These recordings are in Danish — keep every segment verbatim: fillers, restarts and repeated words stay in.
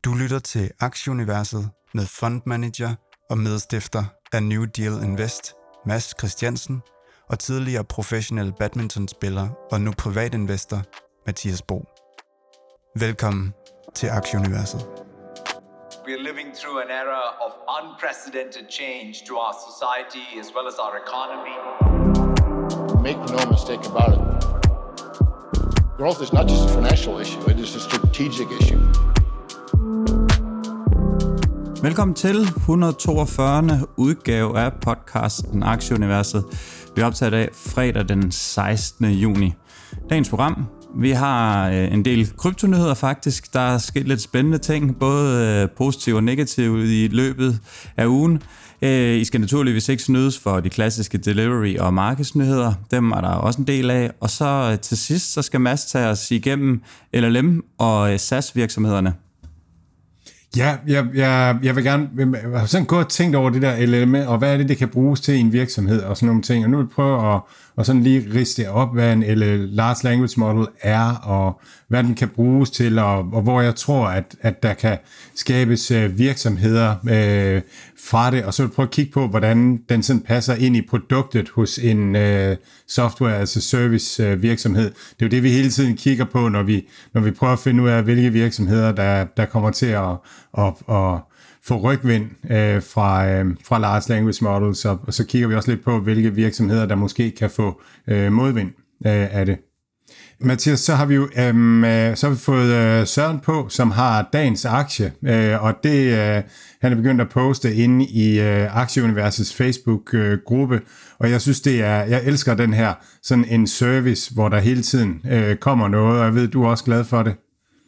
Du lytter til Aktieuniverset med fondmanager og medstifter af New Deal Invest, Mads Christiansen, og tidligere professionel badmintonspiller og nu privatinvestor, Mathias Bo. Velkommen til Aktieuniverset. We are living through an era of unprecedented change to our society as well as our economy. Make no mistake about it. Growth is not just a financial issue, it is a strategic issue. Velkommen til et hundrede og toogfyrre. udgave af podcasten Aktieuniverset. Vi er optaget af fredag den sekstende juni. Dagens program. Vi har en del kryptonyheder faktisk. Der er sket lidt spændende ting, både positive og negative i løbet af ugen. I skal naturligvis ikke snydes for de klassiske delivery- og markedsnyheder. Dem er der også en del af. Og så til sidst, så skal Mads tage os igennem L L M og SaaS-virksomhederne. Ja, jeg, jeg, jeg vil gerne, jeg har sådan gået og tænkt over det der L L M, og hvad er det, det kan bruges til i en virksomhed og sådan nogle ting. Og nu vil jeg prøve at, at sådan lige riste op, hvad en Large Language Model er, og hvad den kan bruges til, og, og hvor jeg tror, at, at der kan skabes virksomheder øh, fra det. Og så vil jeg prøve at kigge på, hvordan den sådan passer ind i produktet hos en øh, software, altså service øh, virksomhed. Det er jo det, vi hele tiden kigger på, når vi, når vi prøver at finde ud af, hvilke virksomheder, der, der kommer til at Og, og få rygvind øh, fra, øh, fra Large Language Models, og, og så kigger vi også lidt på, hvilke virksomheder, der måske kan få øh, modvind øh, af det. Mathias, så har vi jo øh, så har vi fået øh, Søren på, som har dagens aktie, øh, og det øh, han er begyndt at poste inde i øh, Aktieuniversets Facebook-gruppe, øh, og jeg synes, det er, jeg elsker den her, sådan en service, hvor der hele tiden øh, kommer noget, og jeg ved, du er også glad for det.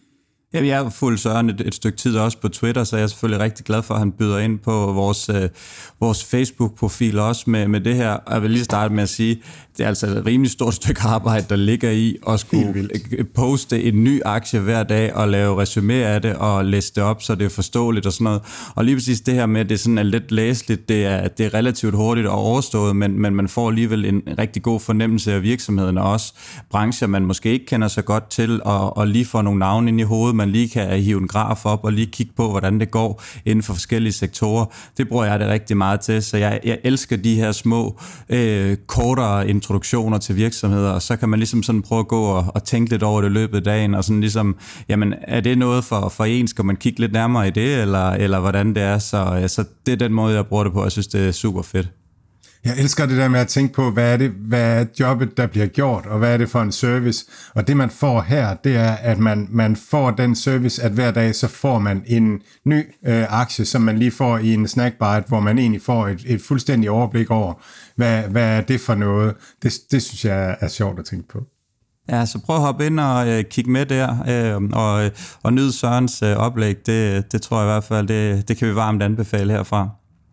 Ja, jeg har fulgt Søren et, et stykke tid også på Twitter, så jeg er selvfølgelig rigtig glad for, at han byder ind på vores, øh, vores Facebook-profil også med, med det her. Og jeg vil lige starte med at sige, det er altså et rimelig stort stykke arbejde, der ligger i at skulle poste en ny aktie hver dag og lave resumé af det og læse det op, så det er forståeligt og sådan noget. Og lige præcis det her med, at det sådan er lidt læseligt, det er, det er relativt hurtigt og overstået, men, men man får alligevel en rigtig god fornemmelse af virksomheden og også brancher, man måske ikke kender så godt til, og, og lige få nogle navne ind i hovedet, man lige kan hive en graf op og lige kigge på, hvordan det går inden for forskellige sektorer. Det bruger jeg det rigtig meget til, så jeg, jeg elsker de her små, øh, kortere introduktioner til virksomheder, og så kan man ligesom sådan prøve at gå og, og tænke lidt over det løbet af dagen, og sådan ligesom, jamen, er det noget for, for en? Skal man kigge lidt nærmere i det, eller, eller hvordan det er? Så, så det er den måde, jeg bruger det på. Jeg synes, det er super fedt. Jeg elsker det der med at tænke på, hvad er det, hvad er jobbet, der bliver gjort, og hvad er det for en service. Og det, man får her, det er, at man, man får den service, at hver dag, så får man en ny øh, aktie, som man lige får i en snackbite, hvor man egentlig får et, et fuldstændigt overblik over, hvad, hvad er det for noget. Det, det synes jeg er sjovt at tænke på. Ja, så prøv at hoppe ind og øh, kigge med der, øh, og, og nyde Sørens øh, oplæg. Det, det tror jeg i hvert fald, det, det kan vi varmt anbefale herfra.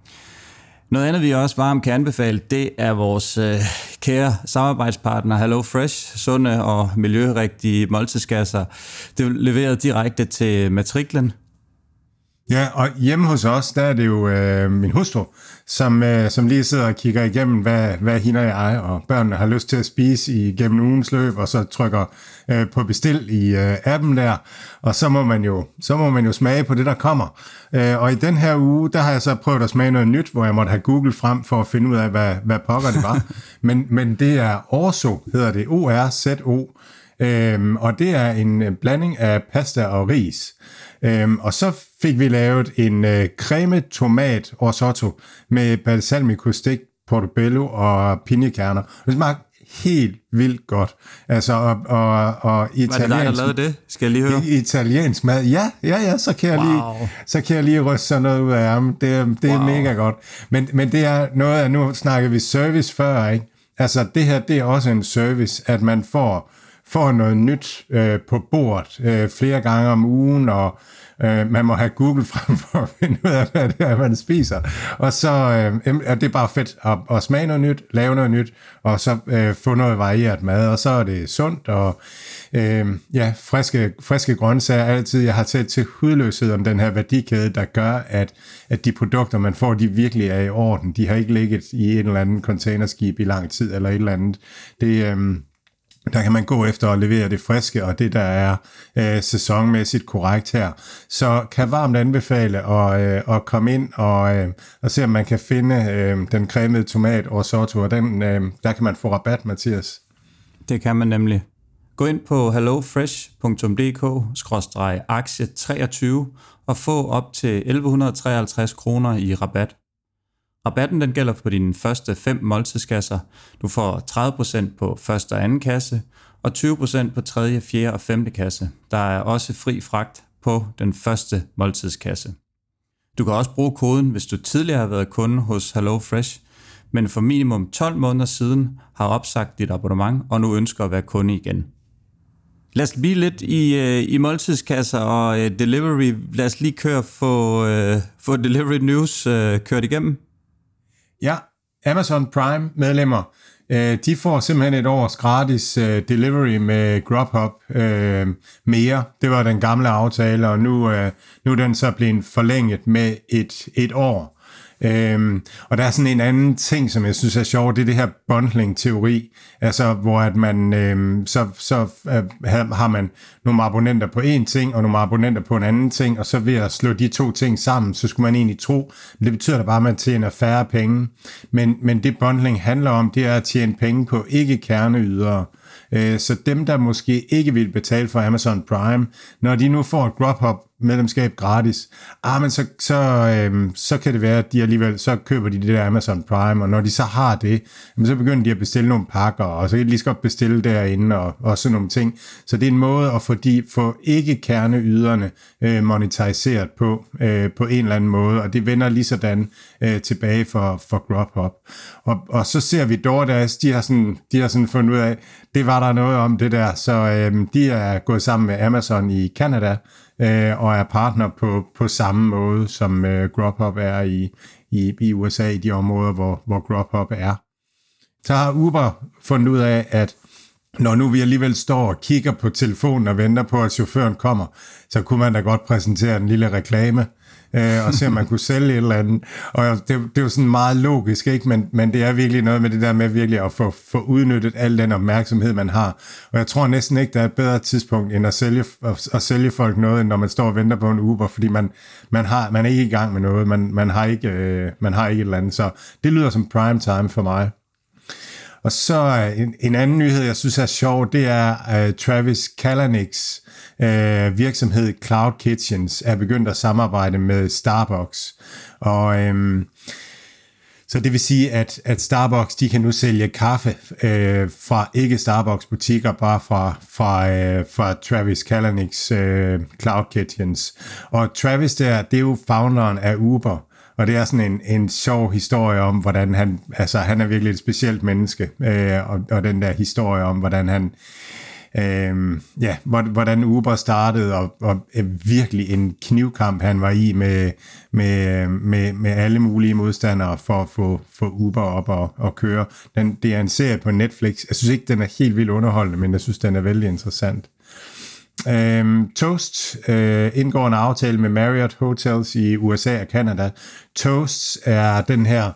Noget andet, vi også varmt kan anbefale, det er vores øh, kære samarbejdspartner HelloFresh, sunde og miljørigtige måltidskasser. Det er leveret direkte til matriklen. Ja, og hjemme hos os, der er det jo øh, min hustru, som, øh, som lige sidder og kigger igennem, hvad, hvad hende og jeg og børnene har lyst til at spise igennem ugens løb, og så trykker øh, på bestil i øh, appen der, og så må, man jo, så må man jo smage på det, der kommer. Øh, og i den her uge, der har jeg så prøvet at smage noget nyt, hvor jeg måtte have Google frem for at finde ud af, hvad, hvad pokker det var. men, men det er Orzo, hedder det, O R Z O, øh, og det er en blanding af pasta og ris. Øhm, og så fik vi lavet en øh, creme tomat risotto med balsamico stik, portobello og pinjekerner. Det smagte helt vildt godt. Altså, og, og, og italiensk... Var det dig, der lavede det? Skal jeg lige høre? Italiensk mad. Ja, ja, ja, så kan jeg wow. lige, så kan jeg lige ryste sådan noget ud af ærmen. Det, det er wow. mega godt. Men, men det er noget af, nu snakker vi service før, ikke? Altså, det her, det er også en service, at man får får noget nyt øh, på bordet øh, flere gange om ugen, og øh, man må have Google frem for at finde ud af, hvad det er, man spiser. Og så øh, er det bare fedt at, at smage noget nyt, lave noget nyt, og så øh, få noget varieret mad, og så er det sundt, og øh, ja, friske, friske grøntsager altid. Jeg har talt til hudløshed om den her værdikæde, der gør, at, at de produkter, man får, de virkelig er i orden. De har ikke ligget i en eller anden containerskib i lang tid, eller et eller andet. Det øh, Der kan man gå efter at levere det friske, og det der er øh, sæsonmæssigt korrekt her. Så kan varmt anbefale at, øh, at komme ind og, øh, og se, om man kan finde øh, den cremede tomat risotto, og den, øh, der kan man få rabat, Mathias. Det kan man nemlig. Gå ind på hellofresh punktum d k skråstreg aktie treogtyve og få op til elleve treoghalvtreds kroner i rabat. Rabatten den gælder på dine første fem måltidskasser. Du får tredive procent på første og anden kasse, og tyve procent på tredje, fjerde og femte kasse. Der er også fri fragt på den første måltidskasse. Du kan også bruge koden, hvis du tidligere har været kunde hos HelloFresh, men for minimum tolv måneder siden har opsagt dit abonnement, og nu ønsker at være kunde igen. Lad os blive lidt i, i måltidskasser og uh, delivery. Lad os lige køre få, uh, få Delivery News uh, kørt igennem. Ja, Amazon Prime medlemmer, øh, de får simpelthen et års gratis øh, delivery med Grubhub øh, mere. Det var den gamle aftale, og nu, øh, nu er den så blevet forlænget med et, et år. Øhm, og der er sådan en anden ting, som jeg synes er sjovt, det er det her bundling-teori, altså hvor at man øhm, så, så øh, har man nogle abonnenter på en ting, og nogle abonnenter på en anden ting, og så ved at slå de to ting sammen, så skulle man egentlig tro, men det betyder da bare, at man tjener færre penge, men, men det bundling handler om, det er at tjene penge på ikke-kerneydere. Så dem, der måske ikke vil betale for Amazon Prime, når de nu får et Grubhub medlemskab gratis, ah, men så, så, øhm, så kan det være, at de alligevel, så køber de det der Amazon Prime, og når de så har det, så begynder de at bestille nogle pakker, og så kan de lige så godt bestille derinde, og, og sådan nogle ting. Så det er en måde at få, de, få ikke-kerneyderne øh, monetariseret på, øh, på en eller anden måde, og det vender lige sådan øh, tilbage for, for Grubhub. Og, og så ser vi DoorDash, de har sådan, de har sådan fundet ud af, det var der noget om det der, så øh, de er gået sammen med Amazon i Canada, øh, og er partner på, på samme måde, som øh, Grubhub er i, i, i U S A, i de områder, hvor, hvor Grubhub er. Så har Uber fundet ud af, at når nu vi alligevel står og kigger på telefonen og venter på, at chaufføren kommer, så kunne man da godt præsentere en lille reklame, øh, og se, om man kunne sælge et eller andet. Og det, det er jo sådan meget logisk, ikke? Men, men det er virkelig noget med det der med virkelig at få, få udnyttet al den opmærksomhed, man har. Og jeg tror næsten ikke, der er et bedre tidspunkt, end at sælge, at, at sælge folk noget, end når man står og venter på en Uber, fordi man, man, har, man er ikke i gang med noget, man, man, har ikke, øh, man har ikke et eller andet. Så det lyder som prime time for mig. Og så en, en anden nyhed, jeg synes er sjov, det er uh, Travis Kalanick's uh, virksomhed Cloud Kitchens er begyndt at samarbejde med Starbucks. Og um, så det vil sige, at, at Starbucks, de kan nu sælge kaffe uh, fra ikke Starbucks butikker, bare fra, fra, uh, fra Travis Kalanick's uh, Cloud Kitchens. Og Travis der, det er jo founderen af Uber. Og det er sådan en, en sjov historie om, hvordan han, altså han er virkelig et specielt menneske, øh, og, og den der historie om, hvordan han, øh, ja, hvordan Uber startede, og, og virkelig en knivkamp, han var i med, med, med, med alle mulige modstandere for at få, få Uber op og, og køre. Den, det er en serie på Netflix. Jeg synes ikke, den er helt vildt underholdende, men jeg synes, den er vældig interessant. Øhm, Toast øh, indgår en aftale med Marriott Hotels i U S A og Canada. Toast er den her,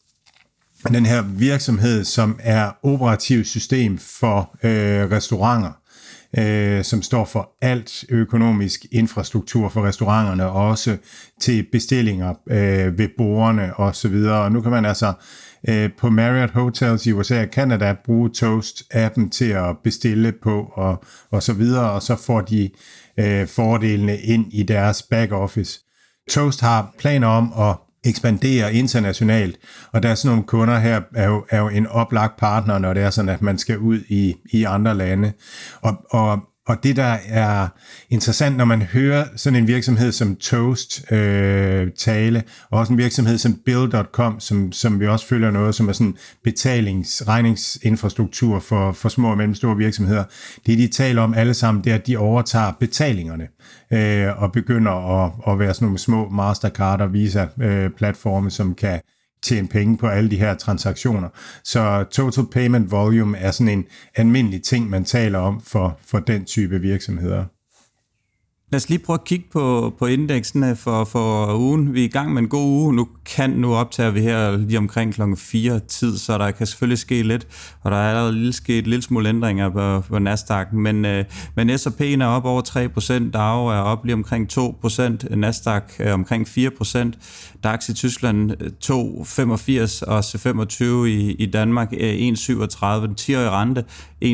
den her virksomhed, som er operativt system for øh, restauranter, øh, som står for alt økonomisk infrastruktur for restauranterne, og også til bestillinger øh, ved bordene og så videre. Og nu kan man altså på Marriott Hotels i U S A og Canada bruge Toast-appen til at bestille på og, og så videre, og så får de øh, fordelene ind i deres back-office. Toast har planer om at ekspandere internationalt, og der er sådan nogle kunder her, er jo, er jo en oplagt partner, når det er sådan, at man skal ud i, i andre lande. Og, og Og det, der er interessant, når man hører sådan en virksomhed som Toast øh, tale, og også en virksomhed som Bill punktum com, som, som vi også følger noget, som er sådan betalings-, regningsinfrastruktur for, for små og mellemstore virksomheder. Det, de taler om alle sammen, det er, at de overtager betalingerne øh, og begynder at, at være sådan nogle små Mastercard og Visa-platforme, øh, som kan tjene penge på alle de her transaktioner. Så total payment volume er sådan en almindelig ting, man taler om for, for den type virksomheder. Lad os lige prøve at kigge på, på indeksene for, for ugen. Vi er i gang med en god uge. Nu kan nu optager vi her lige omkring klokken fire tid, så der kan selvfølgelig ske lidt, og der er allerede lige sket et lille smule ændringer på, på Nasdaq, men, øh, men S og P'en er op over tre procent, Dow er op lige omkring to procent, Nasdaq er omkring fire procent, DAX i Tyskland to komma femogfirs og C femogtyve i, i Danmark en komma syvogtredive, den ti-årige rente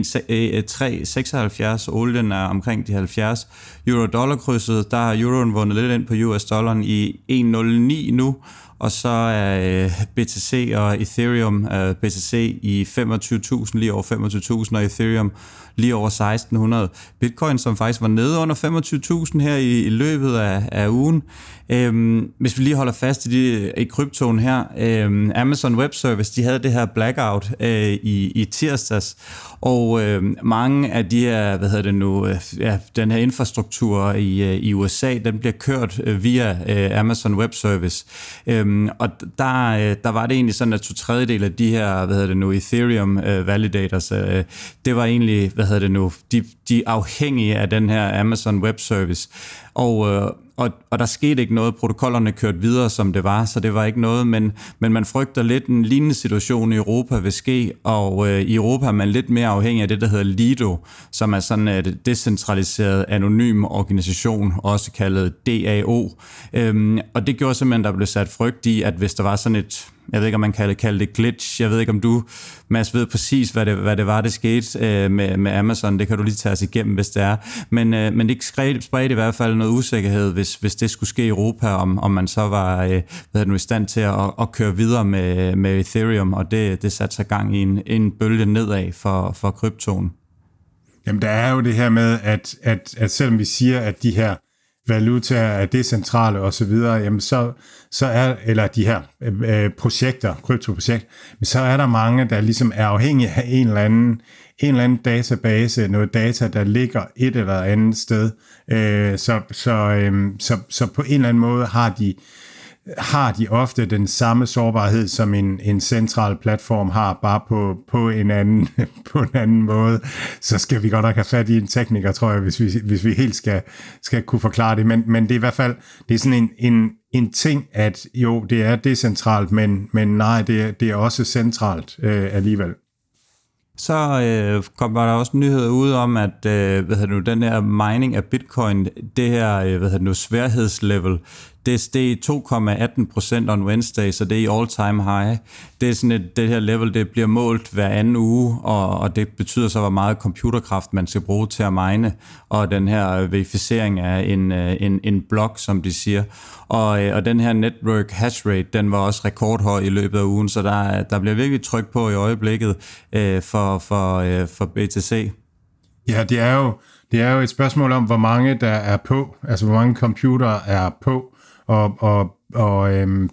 tre komma seksoghalvfjerds, olien er omkring de halvfjerds. Euro-dollar-krydset, der har euroen vundet lidt ind på U S-dollaren i en komma nul ni nu, og så er B T C og Ethereum, B T C i femogtyve tusind, lige over femogtyve tusind, og Ethereum lige over seksten hundrede. Bitcoin, som faktisk var nede under femogtyve tusind her i, i løbet af, af ugen. Øhm, hvis vi lige holder fast i, de, i kryptoen her, øhm, Amazon Web Service, de havde det her blackout øh, i, i tirsdags, og øh, mange af de her, hvad hedder det nu, øh, ja, den her infrastruktur i, øh, i U S A, den bliver kørt øh, via øh, Amazon Web Service. Øhm, og der, øh, der var det egentlig sådan, at to tredjedel af de her, hvad hedder det nu, Ethereum øh, validators, øh, det var egentlig, hvad hedder det nu, de, de er afhængige af den her Amazon Web Service. Og øh, Og, og der skete ikke noget, protokollerne kørte videre, som det var, så det var ikke noget, men, men man frygter lidt en lignende situation i Europa vil ske, og øh, i Europa er man lidt mere afhængig af det, der hedder Lido, som er sådan en decentraliseret anonym organisation, også kaldet D A O. Øhm, og det gjorde simpelthen, der blev sat frygt i, at hvis der var sådan et, jeg ved ikke, om man kan kalde det glitch, jeg ved ikke, om du, Mads, ved præcis, hvad det, hvad det var, det skete øh, med, med Amazon, det kan du lige tage os igennem, hvis det er, men, øh, men det spredte i hvert fald noget usikkerhed, hvis, hvis det skulle ske i Europa, om, om man så var øh, hvad nu, i stand til at, at køre videre med, med Ethereum, og det, det satte sig gang i en, en bølge nedad for, for kryptoen. Jamen, der er jo det her med, at, at, at selvom vi siger, at de her valutaer er decentrale og så videre, jamen så, så er, eller de her øh, projekter, kryptoprojekter, men så er der mange, der ligesom er afhængige af en eller anden, en eller anden database, noget data, der ligger et eller andet sted. Øh, så, så, øh, så, så på en eller anden måde har de har de ofte den samme sårbarhed, som en, en central platform har, bare på, på, en anden, på en anden måde. Så skal vi godt nok have fat i en tekniker, tror jeg, hvis vi, hvis vi helt skal, skal kunne forklare det. Men, men det er i hvert fald det er sådan en, en, en ting, at jo, det er decentralt, men, men nej, det er, det er også centralt øh, alligevel. Så øh, kom der også nyheder ud om, at øh, hvad hedder nu, den her mining af bitcoin, det her øh, hvad hedder nu, sværhedslevel, det steg to komma atten procent on Wednesday, så det er i all-time high. Det er sådan et, det her level, det bliver målt hver anden uge, og, og det betyder så, hvor meget computerkraft man skal bruge til at mine, og den her verificering af en, en, en blok, som de siger. Og, og den her network hash rate, den var også rekordhøj i løbet af ugen, så der, der bliver virkelig tryk på i øjeblikket øh, for, for, øh, for B T C. Ja, det er jo det er jo et spørgsmål om, hvor mange der er på, altså hvor mange computere er på, og, og, og øhm,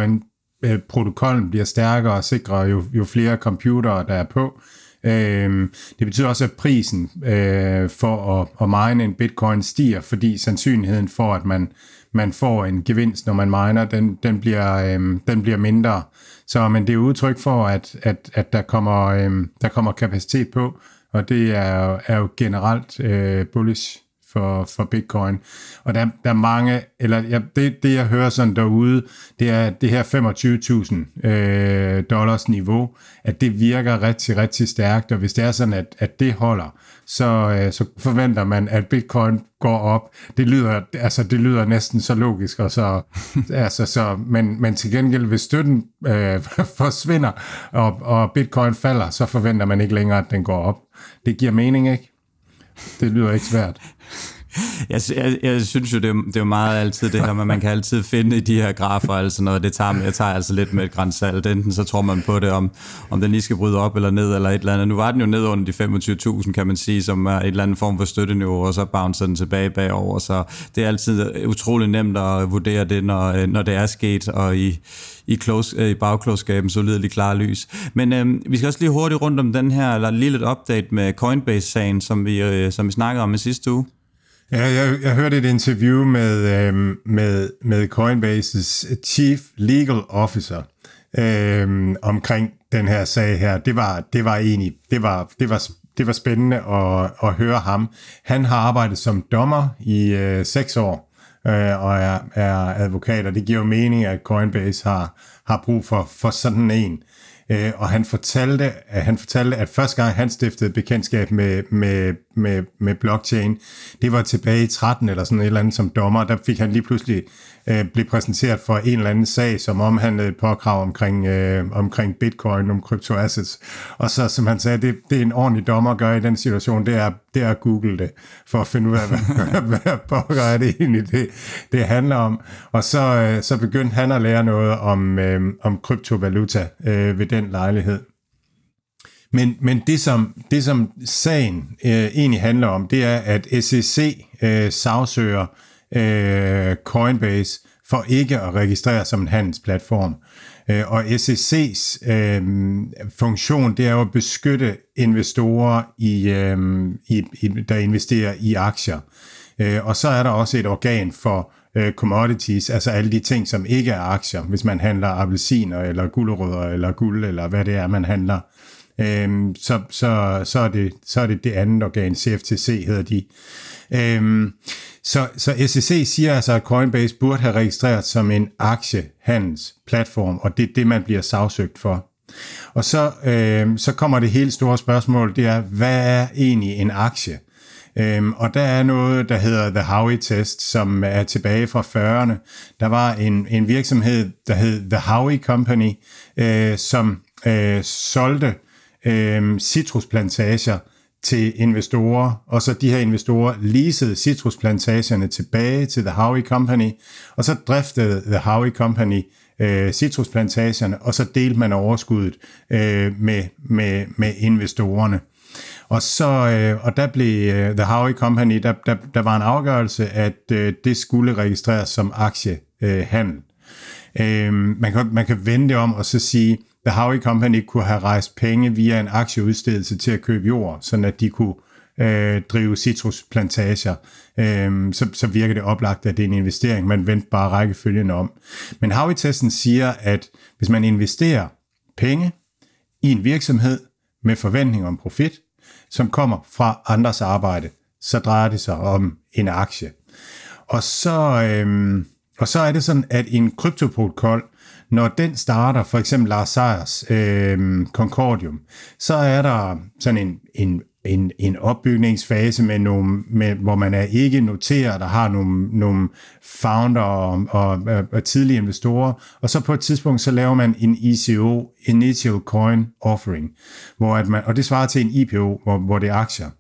Bitcoin-protokollen bliver stærkere og sikrere, jo, jo flere computere der er på. Øhm, det betyder også, at prisen øh, for at, at mine en Bitcoin stiger, fordi sandsynligheden for, at man, man får en gevinst, når man miner, den, den, bliver, øhm, den bliver mindre. Så men det er udtryk for, at, at, at der, kommer, øhm, der kommer kapacitet på, og det er, er jo generelt øh, bullish for, for Bitcoin. Og der, der er mange, eller ja, det, det jeg hører sådan derude, det er det her femogtyve tusind øh, dollars niveau, at det virker rigtig, rigtig stærkt, og hvis det er sådan, at, at det holder, så, øh, så forventer man, at Bitcoin går op. Det lyder, altså, det lyder næsten så logisk, og så, altså, så, men, men til gengæld, hvis støtten øh, forsvinder, og, og Bitcoin falder, så forventer man ikke længere, at den går op. Det giver mening, ikke? Det lyder ikke svært. Jeg, jeg, jeg synes jo, det er, det er jo meget altid det her, men man kan altid finde i de her grafer, altså noget, det tager, jeg tager altså lidt med et gran salt. Enten så tror man på det, om, om den lige skal bryde op eller ned, eller et eller andet. Nu var den jo ned under de femogtyve tusind, kan man sige, som er et eller andet form for støtteniveau, og så bouncer den tilbage bagover, så det er altid utrolig nemt at vurdere det, når, når det er sket, og i, i, close, i bagklogskaben så lyder det klare lys. Men øhm, vi skal også lige hurtigt rundt om den her, eller lige lidt update med Coinbase-sagen, som vi, øh, som vi snakkede om i sidste uge. Ja, jeg, jeg hørte et interview med, øhm, med, med Coinbases Chief Legal Officer øhm, omkring den her sag her. Det var, det var egentlig, det var, det var, det var spændende at, at høre ham. Han har arbejdet som dommer i øh, seks år, øh, og er, er advokat, og det giver jo mening, at Coinbase har, har brug for, for sådan en. Øh, og han fortalte, at han fortalte, at første gang han stiftede bekendtskab med, med, med, med blockchain, det var tilbage i tretten eller sådan et eller andet som dommer. Der fik han lige pludselig øh, blev præsenteret for en eller anden sag, som omhandlede et påkrav omkring, øh, omkring bitcoin, om cryptoassets. Og så, som han sagde, det, det er en ordentlig dommer at gøre i den situation, det er, det er at google det, for at finde ud af, hvad, hvad pokker er det egentlig, det, det handler om. Og så, øh, så begyndte han at lære noget om, øh, om kryptovaluta øh, ved den lejlighed. Men, men det, som, det, som sagen øh, egentlig handler om, det er, at S E C øh, sagsøger øh, Coinbase for ikke at registrere som en handelsplatform. Øh, og S E C's øh, funktion, det er jo at beskytte investorer, i, øh, i, i, der investerer i aktier. Øh, og så er der også et organ for øh, commodities, altså alle de ting, som ikke er aktier, hvis man handler appelsiner, eller gulerødder, eller guld, eller hvad det er, man handler. Øhm, så, så, så, er det, så er det det andet organ, C F T C hedder de. Øhm, så, så S E C siger altså, at Coinbase burde have registreret som en aktiehandelsplatform, og det er det, man bliver sagsøgt for. Og så, øhm, så kommer det helt store spørgsmål, det er, hvad er egentlig en aktie? Øhm, og der er noget, der hedder The Howey-test, som er tilbage fra fyrrerne. Der var en, en virksomhed, der hed The Howey Company, øh, som øh, solgte øh, citrusplantager til investorer, og så de her investorer leasede citrusplantagerne tilbage til The Howey Company, og så driftede The Howey Company øh, citrusplantagerne, og så delte man overskuddet øh, med, med, med investorerne. Og så øh, og der blev øh, The Howey Company, der, der, der var en afgørelse, at øh, det skulle registreres som aktiehandel. Øh, man, kan, man kan vende det om og så sige, The Howey Company kunne have rejst penge via en aktieudstedelse til at købe jord, sådan at de kunne øh, drive citrusplantager. Øh, så, så virker det oplagt, at det er en investering. Man vendte bare rækkefølgen om. Men Howey-testen siger, at hvis man investerer penge i en virksomhed med forventning om profit, som kommer fra andres arbejde, så drejer det sig om en aktie. Og så, øhm, og så er det sådan, at en kryptoprotokol, når den starter, for eksempel Lars Seiers øhm, Concordium, så er der sådan en, en, en, en opbygningsfase, med nogle, med, hvor man er ikke noteret, der har nogle, nogle founder og, og, og tidlige investorer, og så på et tidspunkt, så laver man en I C O, Initial Coin Offering, hvor at man, og det svarer til en I P O, hvor, hvor det er aktier.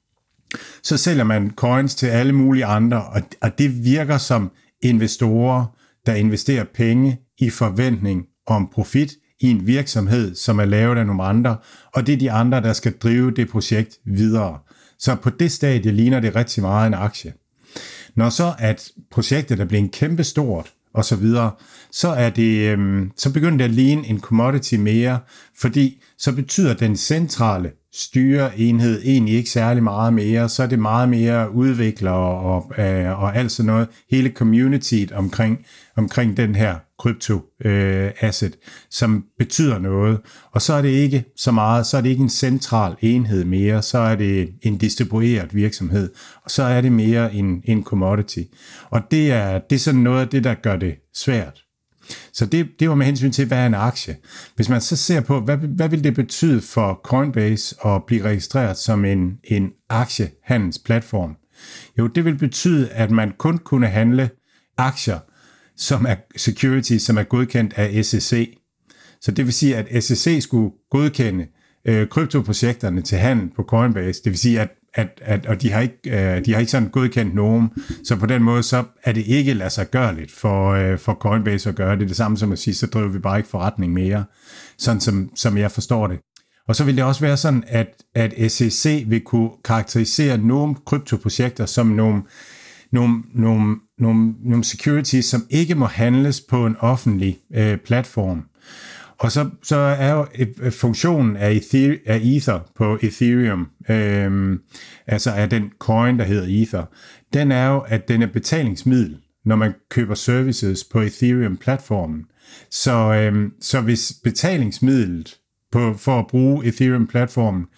Så sælger man coins til alle mulige andre, og, og det virker som investorer, der investerer penge i forventning om profit i en virksomhed, som er lavet af nogle andre, og det er de andre, der skal drive det projekt videre. Så på det stadie ligner det rigtig meget en aktie. Når så at projektet er blevet kæmpestort, og så videre, så, er det, øhm, så begynder det at ligne en commodity mere, fordi så betyder den centrale styreenhed egentlig ikke særlig meget mere, så er det meget mere udviklere og, og, og alt sådan noget, hele communityet omkring, omkring den her krypto-asset, øh, som betyder noget, og så er det ikke så meget, så er det ikke en central enhed mere, så er det en distribueret virksomhed, og så er det mere en, en commodity, og det er, det er sådan noget af det, der gør det svært. Så det, det var med hensyn til, hvad er en aktie. Hvis man så ser på, hvad, hvad vil det betyde for Coinbase at blive registreret som en, en aktiehandelsplatform? Jo, det vil betyde, at man kun kunne handle aktier, som er securities, som er godkendt af S E C. Så det vil sige, at S E C skulle godkende øh, kryptoprojekterne til handel på Coinbase. Det vil sige, at At, at, og de har, ikke, øh, de har ikke sådan godkendt nogen, så på den måde, så er det ikke lade sig gørligt for, øh, for Coinbase at gøre det. Det er det samme som at sige, så driver vi bare ikke forretning mere, sådan som, som jeg forstår det. Og så vil det også være sådan, at, at S E C vil kunne karakterisere nogle kryptoprojekter som nogle, nogle, nogle, nogle, nogle securities, som ikke må handles på en offentlig øh, platform. Og så, så er jo et, funktionen af, Ether, af Ether på Ethereum, øhm, altså af den coin, der hedder Ether, den er jo, at den er betalingsmiddel, når man køber services på Ethereum-platformen. Så, øhm, så hvis betalingsmidlet på, for at bruge Ethereum-platformen,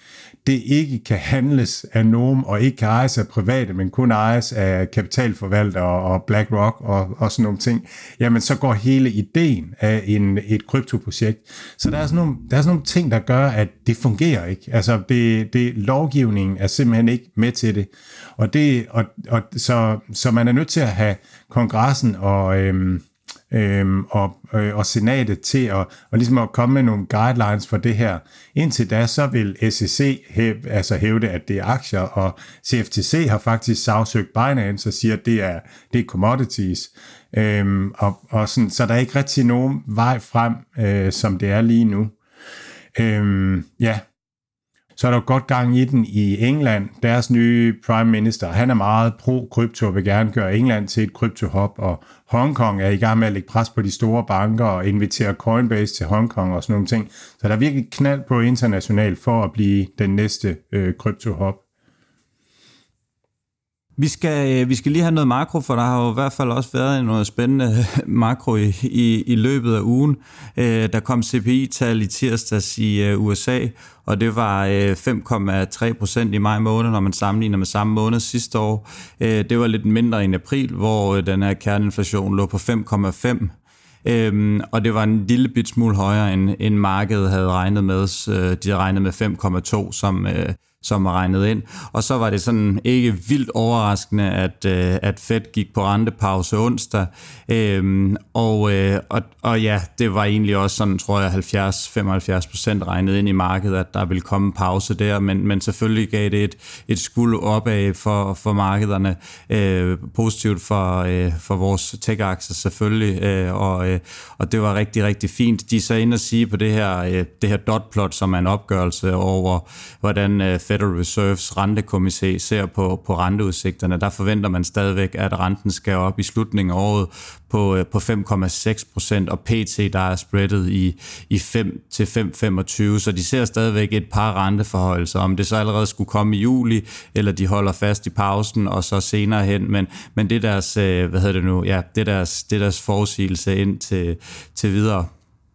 det ikke kan handles af nogen, og ikke kan ejes af private, men kun ejes af kapitalforvaltere og BlackRock og, og sådan nogle ting, jamen så går hele ideen af en, et kryptoprojekt. Så der er, sådan nogle, der er sådan nogle ting, der gør, at det fungerer ikke. Altså det, det, lovgivningen er simpelthen ikke med til det. Og det og, og, så, så man er nødt til at have kongressen og... Øhm, Øhm, og, øh, og senatet til at, og ligesom at komme med nogle guidelines for det her. Indtil da, så vil S E C hæv, altså hævde, at det er aktier, og C F T C har faktisk sagsøgt Binance og siger, at det er, det er commodities. Øhm, og, og sådan, så der er ikke rigtig nogen vej frem, øh, som det er lige nu. Øhm, ja. Så er der godt gang i den i England. Deres nye prime minister, han er meget pro-krypto og vil gerne gøre England til et kryptohub, og Hongkong er i gang med at lægge pres på de store banker og invitere Coinbase til Hongkong og sådan nogle ting. Så der er virkelig knald på internationalt for at blive den næste øh, kryptohub. Vi skal, vi skal lige have noget makro, for der har jo i hvert fald også været noget spændende makro i, i, i løbet af ugen. Der kom C P I-tal i tirsdags i U S A, og det var fem komma tre procent i maj måned, når man sammenligner med samme måned sidste år. Det var lidt mindre end april, hvor den her kerneinflation lå på fem komma fem. Øhm, og det var en lille bit smule højere, end, end markedet havde regnet med. De havde regnet med fem komma to, som... Øh, som er regnet ind. Og så var det sådan ikke vildt overraskende, at, øh, at Fed gik på rentepause onsdag. Øhm, og, øh, og, og ja, det var egentlig også sådan, tror jeg, halvfjerds til femoghalvfjerds procent regnet ind i markedet, at der ville komme en pause der, men, men selvfølgelig gav det et, et skuld opad for, for markederne. Øh, positivt for, øh, for vores tech-aktier selvfølgelig, øh, og, øh, og det var rigtig, rigtig fint. De er så inde at sige på det her, øh, det her dot-plot, som er en opgørelse over, hvordan øh, Federal Reserves rentekomité ser på, på renteudsigterne. Der forventer man stadigvæk, at renten skal op i slutningen af året på, på fem komma seks procent, og P T der er spreadet i, i fem til fem komma femogtyve, så de ser stadigvæk et par renteforhøjelser. Om det så allerede skulle komme i juli, eller de holder fast i pausen, og så senere hen, men, men det er deres, hvad hedder det nu, ja, det er deres, det er deres forudsigelse ind til, til videre.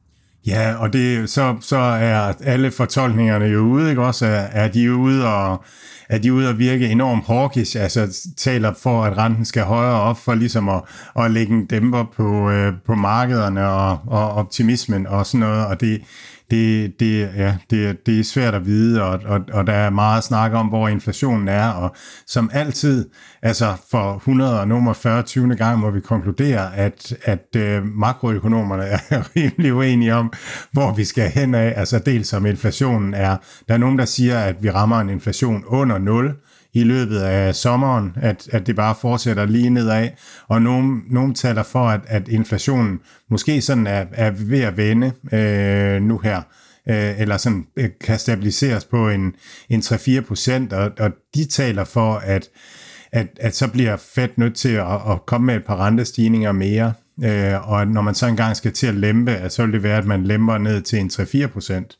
Ja, og det, så, så er alle fortolkningerne jo ude, ikke også? Er, er de ude og er de ude at virke enormt hawkish, altså taler for, at renten skal højere op, for ligesom at, at lægge en dæmper på, øh, på markederne og, og optimismen og sådan noget, og det Det, det, ja, det, det er svært at vide, og, og, og der er meget snak om, hvor inflationen er, og som altid, altså for hundrede og nummer fyrre tyvende gang må vi konkludere, at, at uh, makroøkonomerne er rimelig uenige om, hvor vi skal hen af, altså dels om inflationen er, der er nogen, der siger, at vi rammer en inflation under nul, i løbet af sommeren, at, at det bare fortsætter lige nedad, og nogen, nogen taler for, at, at inflationen måske sådan er, er ved at vende øh, nu her, øh, eller sådan øh, kan stabiliseres på en, en tre til fire procent, og, og de taler for, at, at, at så bliver Fed nødt til at, at komme med et par rentestigninger mere, øh, og når man så engang skal til at lempe, at så vil det være, at man lemper ned til en tre til fire procent.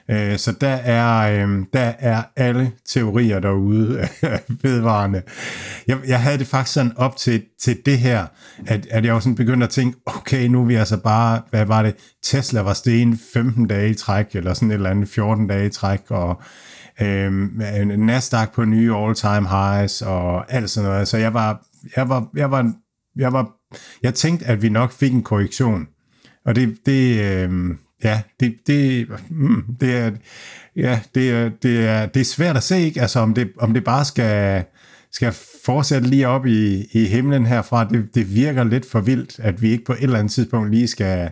Så der er, der er alle teorier derude vedvarende. Jeg, jeg havde det faktisk sådan op til, til det her, at, at jeg var sådan begyndt at tænke, okay, nu er vi altså bare, hvad var det, Tesla var stegen femten dage i træk, eller sådan et eller andet fjorten dage i træk, og øhm, Nasdaq på nye all-time highs, og alt sådan noget. Så jeg var, jeg var, jeg var, jeg var, jeg tænkte, at vi nok fik en korrektion. Og det, det øhm, Ja, det, det, det, er, ja det, er, det, er, det er svært at se, ikke? Altså, om det, om det bare skal, skal fortsætte lige op i, i himlen herfra. Det, det virker lidt for vildt, at vi ikke på et eller andet tidspunkt lige skal,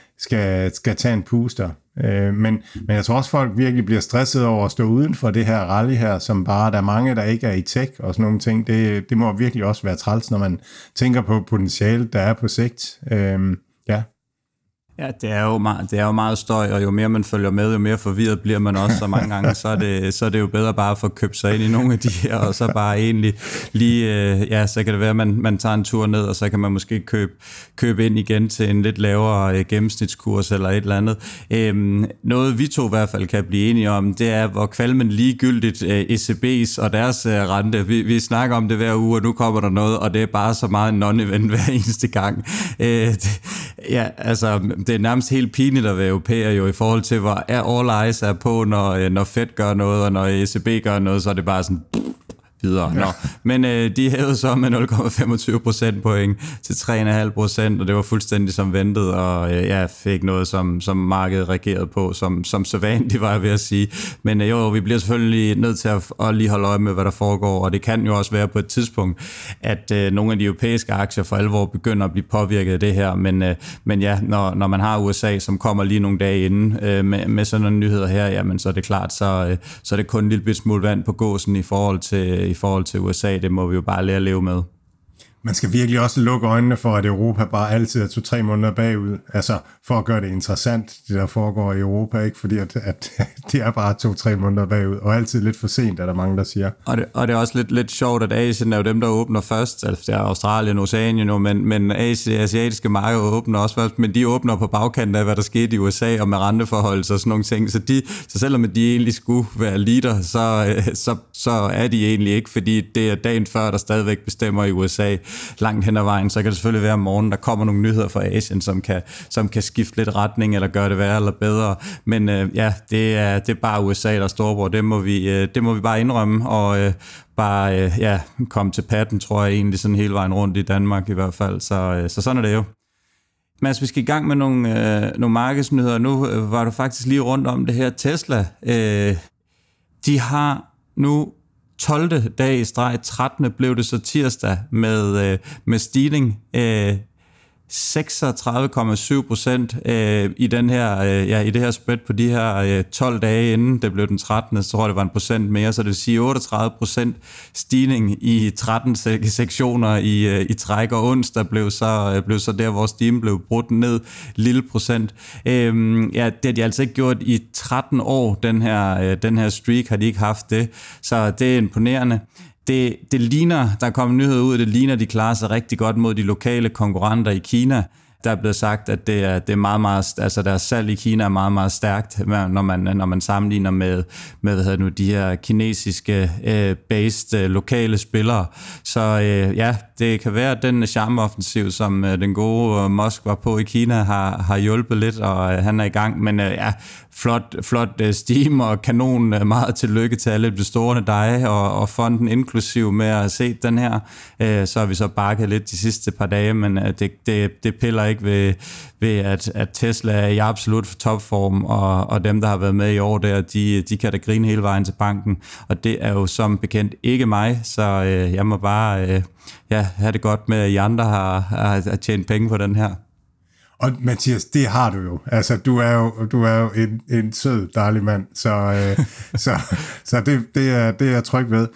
skal, skal tage en puster. Øh, men, men jeg tror også, folk virkelig bliver stresset over at stå uden for det her rally her, som bare, der er mange, der ikke er i tech og sådan nogle ting. Det, det må virkelig også være træls, når man tænker på potentialet, der er på sigt. Øh, ja. Ja, det er, jo meget, det er jo meget støj, og jo mere man følger med, jo mere forvirret bliver man også, så mange gange, så er det, så er det jo bedre bare at få købt sig ind i nogle af de her, og så bare egentlig lige, ja, så kan det være, at man, man tager en tur ned, og så kan man måske købe, købe ind igen til en lidt lavere øh, gennemsnitskurs eller et eller andet. Øhm, noget vi to i hvert fald kan blive enige om, det er, hvor kvalmen ligegyldigt øh, E C B's og deres øh, rente. Vi, vi snakker om det hver uge, og nu kommer der noget, og det er bare så meget en non-event hver eneste gang. Øh, det, Ja, altså, det er nærmest helt pinligt at være europæer jo, i forhold til, hvor all eyes er på, når, når Fed gør noget, og når E C B gør noget, så er det bare sådan... videre. Nå. Men øh, de hævede så med nul komma femogtyve procentpoint til tre komma fem procent, og det var fuldstændig som ventet, og øh, jeg fik noget, som, som markedet reagerede på, som, som så vanligt var jeg ved at sige. Men øh, jo, vi bliver selvfølgelig nødt til at, at lige holde øje med, hvad der foregår, og det kan jo også være på et tidspunkt, at øh, nogle af de europæiske aktier for alvor begynder at blive påvirket af det her, men, øh, men ja, når, når man har U S A, som kommer lige nogle dage inden øh, med, med sådan nogle nyheder her, jamen så er det klart, så, øh, så er det kun en lille smule vand på gåsen i forhold til i forhold til U S A, det må vi jo bare lære at leve med. Man skal virkelig også lukke øjnene for, at Europa bare altid er to-tre måneder bagud. Altså, for at gøre det interessant, det der foregår i Europa, ikke? Fordi at, at det er bare to-tre måneder bagud, og altid lidt for sent, er der mange, der siger. Og det, og det er også lidt, lidt sjovt, at Asien er jo dem, der åbner først. Altså, det er Australien, Oceanien jo, men, men Asien, asiatiske markeder åbner også først, men de åbner på bagkanten af, hvad der skete i U S A, og med renteforhold og sådan nogle ting. Så, de, så selvom de egentlig skulle være leader, så, så, så er de egentlig ikke, fordi det er dagen før, der stadigvæk bestemmer i U S A. Langt hen ad vejen, så kan det selvfølgelig være om morgenen, der kommer nogle nyheder fra Asien, som kan, som kan skifte lidt retning, eller gøre det værre eller bedre. Men øh, ja, det er, det er bare U S A, der står på. Det må vi, øh, det må vi bare indrømme, og øh, bare øh, ja, komme til patten, tror jeg egentlig, sådan hele vejen rundt i Danmark i hvert fald. Så, øh, så sådan er det jo. Mads, vi skal i gang med nogle, øh, nogle markedsnyheder. Nu øh, var du faktisk lige rundt om det her. Tesla, øh, de har nu tolvte dag i streg, trettende blev det så tirsdag med, øh, med stigning øh, seksogtredive komma syv procent øh, i, den her, øh, ja, i det her spread på de her øh, tolv dage inden det blev den trettende, så tror jeg det var en procent mere, så det vil sige otteogtredive procent stigning i tretten sektioner i, øh, i træk, og onsdag blev så, øh, blev så der, hvor stimen blev brudt ned lille procent. Øh, ja, det har de altså ikke gjort i tretten år, den her, øh, den her streak har de ikke haft det, så det er imponerende. Det, det ligner, der er kommet nyheder ud, det ligner, de klarer sig rigtig godt mod de lokale konkurrenter i Kina. Der er blevet sagt, at det er, det er meget, meget, altså deres salg i Kina er meget, meget stærkt, når man, når man sammenligner med, med hvad hedder nu, de her kinesiske øh, based øh, lokale spillere. Så øh, ja, det kan være, at den charmeoffensiv, som øh, den gode øh, Musk var på i Kina, har, har hjulpet lidt, og øh, han er i gang. Men øh, ja, flot, flot øh, steam og kanon, øh, meget tillykke til alle bestående dig og, og fonden inklusiv med at se den her. Øh, så har vi så bakket lidt de sidste par dage, men øh, det, det, det piller ikke ved, ved at, at Tesla er i absolut topform, og, og dem, der har været med i år der, de, de kan da grine hele vejen til banken, og det er jo som bekendt ikke mig, så øh, jeg må bare øh, ja, have det godt med, at I andre har, har, har tjent penge på den her. Og Mathias, det har du jo. Altså, du er jo, du er jo en, en sød, dejlig mand, så, øh, så, så det, det, er, det er jeg tryg ved.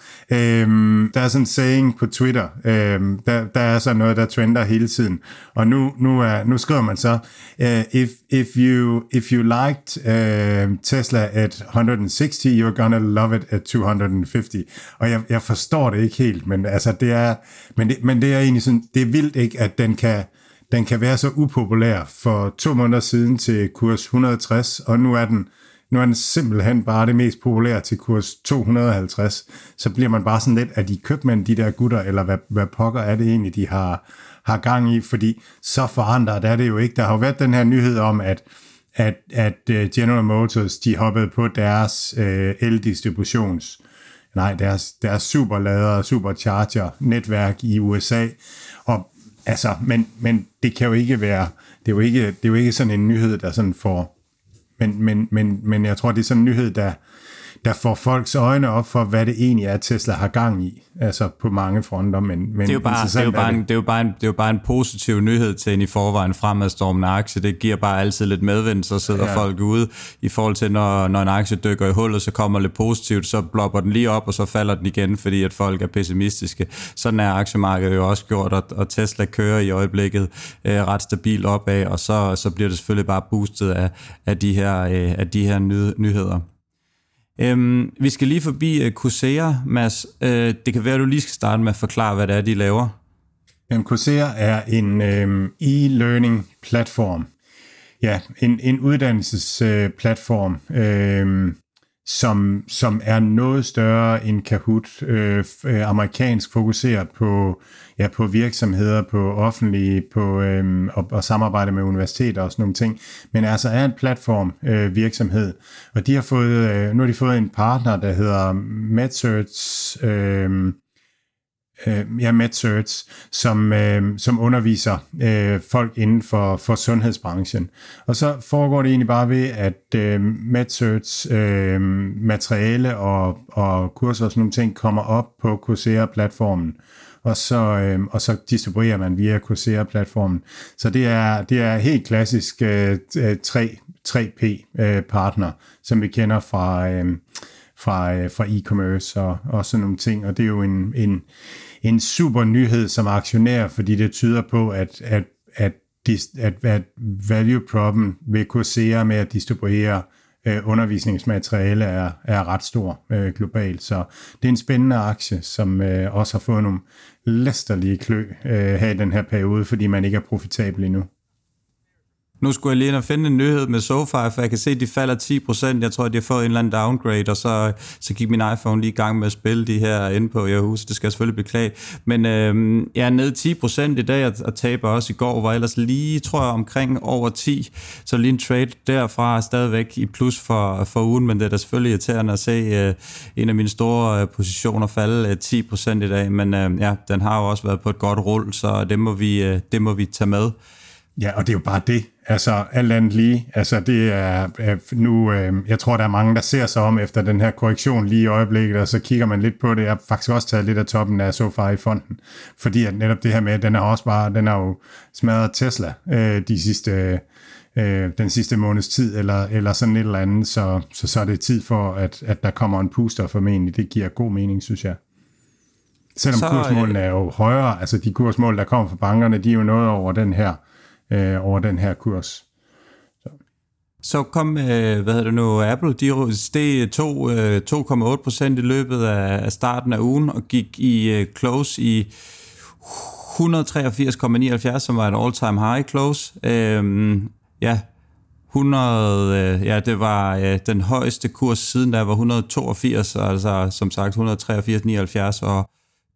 Øhm, der er sådan en saying på Twitter, øhm, der, der er sådan noget, der trender hele tiden, og nu, nu, er, nu skriver man så, uh, if, if, you, if you liked uh, Tesla at one hundred sixty, you're gonna love it at two hundred fifty. Og jeg, jeg forstår det ikke helt, men, altså, det er, men, det, men det er egentlig sådan, det er vildt ikke, at den kan Den kan være så upopulær for to måneder siden til kurs et hundrede og tres, og nu er den, nu er den simpelthen bare det mest populære til kurs to hundrede og halvtreds. Så bliver man bare sådan lidt, at de købmænd, de der gutter, eller hvad, hvad pokker er det egentlig, de har, har gang i, fordi så forandret er det jo ikke. Der har jo været den her nyhed om, at, at, at General Motors, de hoppede på deres øh, el-distributions, nej, deres, deres superlader, supercharger netværk i U S A, og altså, men, men det kan jo ikke være, det er jo ikke, det er jo ikke sådan en nyhed, der sådan får, men, men, men, men jeg tror, det er sådan en nyhed, der, der får folks øjne op for, hvad det egentlig er, Tesla har gang i, altså på mange fronter, men, men det er jo bare, det er jo bare, en, det er jo bare en, det er jo bare en positiv nyhed til en i forvejen fremadstormende aktie. Det giver bare altid lidt medvind, så sidder ja. folk ude i forhold til, når, når en aktie dykker i hullet, så kommer lidt positivt, så blopper den lige op, og så falder den igen, fordi at folk er pessimistiske. Sådan er aktiemarkedet jo også gjort, og, og Tesla kører i øjeblikket øh, ret stabilt opad, og så, så bliver det selvfølgelig bare boostet af, af de her, øh, af de her ny, nyheder. Øhm, vi skal lige forbi uh, Coursera, Mads. Uh, det kan være, at du lige skal starte med at forklare, hvad det er, de laver. Jamen, Coursera er en øhm, e-learning platform. Ja, en, en uddannelsesplatform, øhm, som, som er noget større end Kahoot, øh, amerikansk fokuseret på, ja, på virksomheder, på offentlige, på øh, og, og samarbejde med universiteter og sådan nogle ting, men altså er en platform øh, virksomhed, og de har fået, øh, nu har de fået en partner, der hedder MedCerts, øh, ja, MedCerts, som, øh, som underviser øh, folk inden for, for sundhedsbranchen. Og så foregår det egentlig bare ved, at øh, MedCerts øh, materiale og, og kurser og sådan nogle ting kommer op på Coursera-platformen, og så, øh, og så distribuerer man via Coursera-platformen. Så det er, det er helt klassisk øh, tre P-partner, som vi kender fra... Øh, fra, fra e-commerce og, og sådan nogle ting, og det er jo en, en, en super nyhed som aktionær, fordi det tyder på, at, at, at, at, at value problem ved Coursera med at distribuere øh, undervisningsmateriale er, er ret stor øh, globalt, så det er en spændende aktie, som øh, også har fået nogle læsterlige klø øh, her i den her periode, fordi man ikke er profitabel endnu. Nu skulle jeg lige ind og finde en nyhed med SoFi, for jeg kan se, at de falder ti procent. Jeg tror, at de har fået en eller anden downgrade, og så, så gik min iPhone lige i gang med at spille de her inde på Yahoo, så det skal jeg selvfølgelig beklage. Men øh, jeg er nede ti procent i dag, og, og taber også i går, var ellers lige, tror jeg, omkring over ti. Så lige en trade derfra stadigvæk i plus for, for ugen, men det er da selvfølgelig irriterende at se øh, en af mine store øh, positioner falde øh, ti procent i dag. Men øh, ja, den har jo også været på et godt rull, så det må vi, øh, det må vi tage med. Ja, og det er jo bare det. Altså, alt andet lige. Altså, det er, er nu... Øh, jeg tror, der er mange, der ser sig om efter den her korrektion lige i øjeblikket, og så kigger man lidt på det. Jeg har faktisk også taget lidt af toppen af SoFi i fonden, fordi at netop det her med, den er også bare... Den har jo smadret Tesla øh, de sidste, øh, den sidste måneds tid, eller, eller sådan et eller andet, så, så, så er det tid for, at, at der kommer en booster formentlig. Det giver god mening, synes jeg. Selvom så, kursmålene er jo højere, altså de kursmål, der kommer fra bankerne, de er jo noget over den her Øh, over den her kurs. Så, så kom, øh, hvad hedder det nu, Apple, de steg to komma otte procent i løbet af, af starten af ugen, og gik i øh, close i et hundrede og treogfirs komma nioghalvfjerds, som var et all-time high close. Øh, ja, hundrede, øh, ja, det var øh, den højeste kurs siden, der var et hundrede og toogfirs, altså som sagt et hundrede og treogfirs komma nioghalvfjerds, og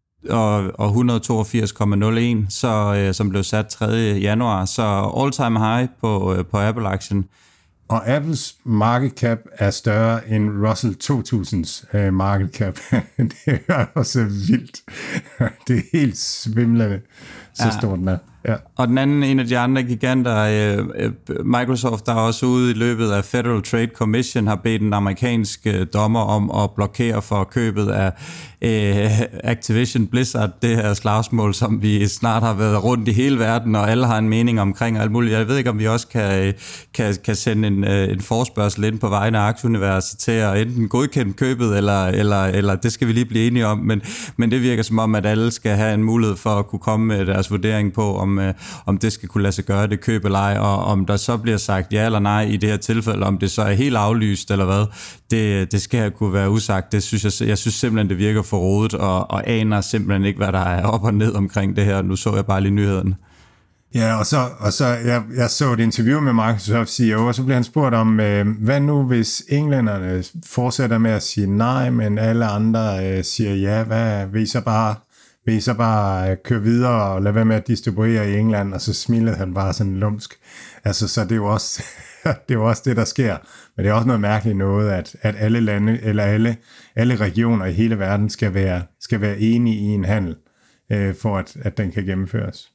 og, og et hundrede og toogfirs komma nul en, så, øh, som blev sat tredje januar, så all-time high på, øh, på Apple-aktien. Og Apples market cap er større end Russell to tusind's øh, market cap. Det er også vildt. Det er helt svimlende, så ja. Stort den er. Ja. Og den anden, en af de andre giganter, øh, Microsoft, der er også ude i løbet af Federal Trade Commission, har bedt den amerikanske dommer om at blokere for købet af øh, Activision Blizzard, det her slagsmål, som vi snart har været rundt i hele verden, og alle har en mening omkring alt muligt. Jeg ved ikke, om vi også kan, kan, kan sende en, en forespørgsel ind på vegne af aktieuniverset til at enten godkende købet, eller, eller, eller det skal vi lige blive enige om, men, men det virker som om, at alle skal have en mulighed for at kunne komme med deres vurdering på, om om det skal kunne lade sig gøre, det køb eller ej, og om der så bliver sagt ja eller nej i det her tilfælde, om det så er helt aflyst eller hvad, det, det skal jeg kunne være usagt. Det synes jeg, jeg synes simpelthen, det virker for rodet, og, og aner simpelthen ikke, hvad der er op og ned omkring det her. Nu så jeg bare lige nyheden. Ja, og så, og så jeg, jeg så et interview med Microsoft C E O, og så blev han spurgt om, øh, hvad nu hvis englænderne fortsætter med at sige nej, men alle andre øh, siger ja, hvad vil I så bare vil I så bare køre videre og lade være med at distribuere i England, og så smilede han bare sådan lumsk. Altså, så det er jo også det, er jo også det der sker. Men det er også noget mærkeligt noget, at, at alle lande, eller alle, alle regioner i hele verden skal være, skal være enige i en handel, øh, for at, at den kan gennemføres.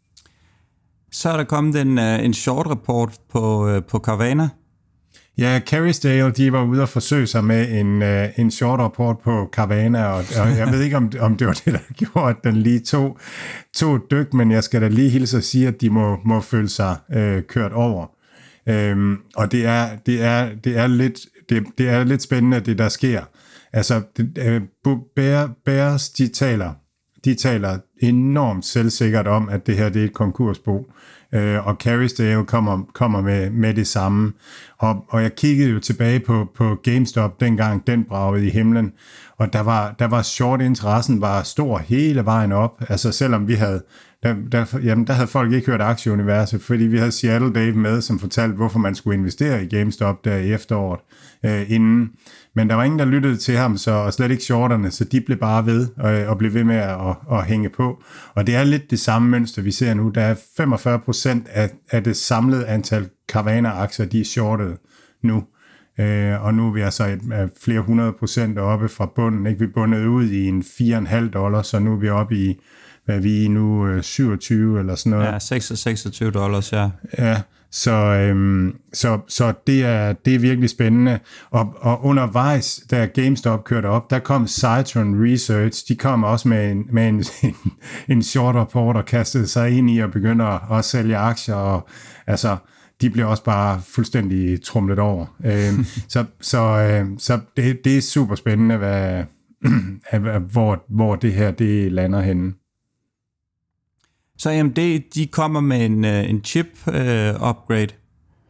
Så er der kommet en, en short rapport på, på Carvana. Ja, Kerrisdale, de var ude og forsøge sig med en, uh, en short rapport på Carvana, og, og jeg ved ikke, om, om det var det, der gjorde, at den lige tog, tog dyk, men jeg skal da lige hilse og sige, at de må, må føle sig uh, kørt over. Um, og det er, det, er, det, er lidt, det, det er lidt spændende, det der sker. Altså, det, uh, Bears, de taler, de taler enormt selvsikkert om, at det her det er et konkursbo. Øh, og Kerrisdale kommer, kommer med, med det samme. Og, og jeg kiggede jo tilbage på, på GameStop, dengang den bragede i himlen, og der var, der var short-interessen var stor hele vejen op. Altså selvom vi havde, der, der, jamen, der havde folk ikke hørt aktieuniverset, fordi vi havde Seattle Dave med, som fortalte, hvorfor man skulle investere i GameStop der i efteråret øh, inden. Men der var ingen, der lyttede til ham, så, og slet ikke shorterne, så de blev bare ved og, og blev ved med at, at, at hænge på. Og det er lidt det samme mønster, vi ser nu. Der er femogfyrre procent af, af det samlede antal Carvana-aktier, de er shortet nu. Øh, og nu er vi altså et, flere hundrede procent oppe fra bunden. Ikke? Vi er bundet ud i en fire komma fem dollar, så nu er vi oppe i, hvad er vi nu, syvogtyve eller sådan noget. Ja, seksogtyve dollars, ja. Ja. Så, øhm, så, så det, er, det er virkelig spændende. Og, og undervejs, da GameStop kørte op, der kom Citron Research, de kom også med en, med en, en, en short rapport og kastede sig ind i og begyndte at, at sælge aktier, og altså, de blev også bare fuldstændig trumlet over. øhm, så så, øhm, så det, det er super spændende, hvad, hvor, hvor det her det lander henne. Så A M D, de kommer med en, en chip-upgrade. Uh,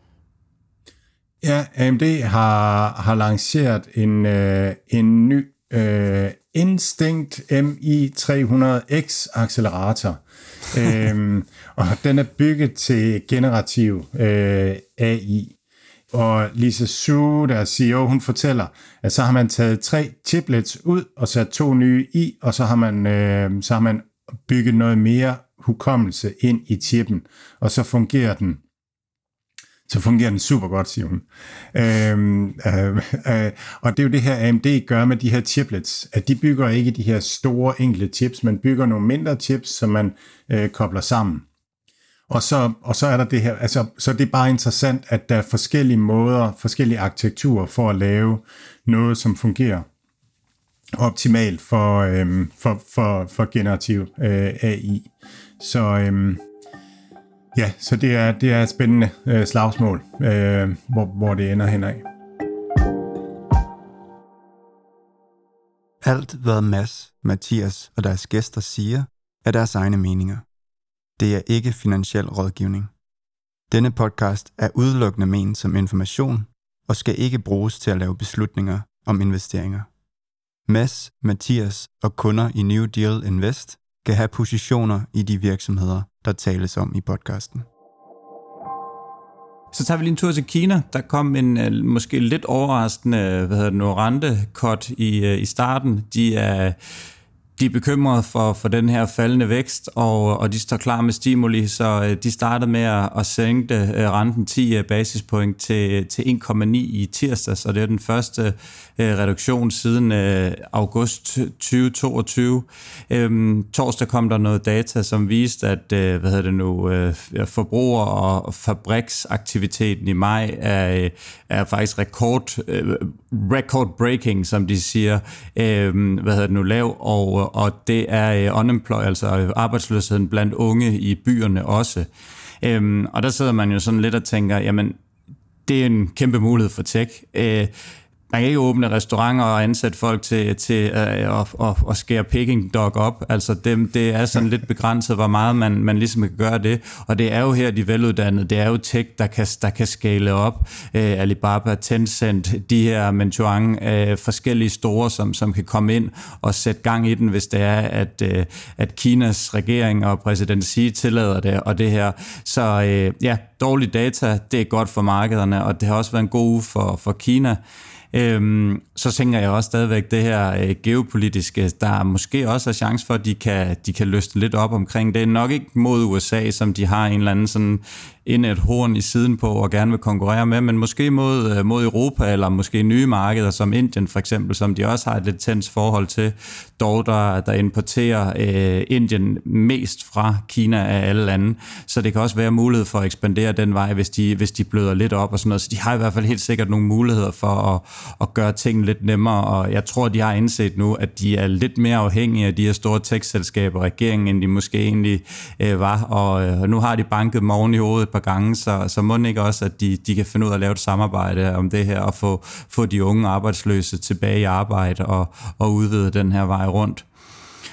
ja, A M D har, har lanceret en, uh, en ny uh, Instinct M I tre hundrede X accelerator. um, og den er bygget til generativ uh, A I. Og Lisa Su, der er C E O, hun fortæller, at så har man taget tre chiplets ud og sat to nye i, og så har man, uh, så har man bygget noget mere hukommelse ind i chippen, og så fungerer den så fungerer den super godt, siger hun. Øhm, øh, øh, og det er jo det her, A M D gør med de her chiplets, at de bygger ikke de her store enkelte chips, man bygger nogle mindre chips, som man øh, kobler sammen. Og så, og så er der det her, altså, så det er bare interessant, at der er forskellige måder, forskellige arkitekturer for at lave noget, som fungerer optimalt for, øhm, for, for, for generativ øh, A I. Så øhm, ja, så det er, det er et spændende øh, slagsmål, øh, hvor, hvor det ender henad. Alt, hvad Mads, Mathias og deres gæster siger, er deres egne meninger. Det er ikke finansiel rådgivning. Denne podcast er udelukkende ment som information og skal ikke bruges til at lave beslutninger om investeringer. Mads, Mathias og kunder i New Deal Invest kan have positioner i de virksomheder, der tales om i podcasten. Så tager vi lige en tur til Kina. Der kom en uh, måske lidt overraskende hvad hedder det, rentecut i, uh, i starten. De er... De er bekymrede for, for den her faldende vækst, og, og de står klar med stimuli, så øh, de startede med at, at sænke øh, renten ti basispoint til, til en komma ni i tirsdags, og det er den første øh, reduktion siden øh, august tyve toogtyve. Øhm, torsdag kom der noget data, som viste, at øh, hvad hedder det nu, øh, forbruger- og fabriksaktiviteten i maj er, øh, er faktisk rekord, øh, record-breaking, som de siger, øh, hvad hedder det nu, lav, og og det er unemployed, altså arbejdsløsheden blandt unge i byerne også. Øhm, og der sidder man jo sådan lidt og tænker, jamen, det er en kæmpe mulighed for tech. Øh, man kan ikke åbne restauranter og ansætte folk til, til øh, at, at, at skære Peking dog op. Altså det, det er sådan lidt begrænset, hvor meget man, man ligesom kan gøre det. Og det er jo her, de veluddannede. Det er jo tech, der kan, der kan scale op. Øh, Alibaba, Tencent, de her Meituan, øh, forskellige store, som, som kan komme ind og sætte gang i den, hvis det er, at, øh, at Kinas regering og præsident Xi tillader det, og det her. Så øh, ja, dårlig data, det er godt for markederne, og det har også været en god uge for, for Kina. Øhm, så tænker jeg også stadigvæk det her øh, geopolitiske, der måske også er chance for, at de kan, de kan løsne lidt op omkring. Det er nok ikke mod U S A, som de har en eller anden sådan ind et horn i siden på og gerne vil konkurrere med, men måske mod, øh, mod Europa, eller måske nye markeder som Indien for eksempel, som de også har et lidt tæns forhold til, dog der, der importerer øh, Indien mest fra Kina af alle lande, så det kan også være mulighed for at ekspandere den vej, hvis de, hvis de bløder lidt op og sådan noget, så de har i hvert fald helt sikkert nogle muligheder for at, at gøre tingene lidt nemmere, og jeg tror, de har indset nu, at de er lidt mere afhængige af de her store tech-selskaber, regeringen, end de måske egentlig øh, var, og øh, nu har de banket dem oven i hovedet et par gange, så, så må det ikke også, at de, de kan finde ud af at lave et samarbejde om det her, og få, få de unge arbejdsløse tilbage i arbejde, og, og udvide den her vej rundt.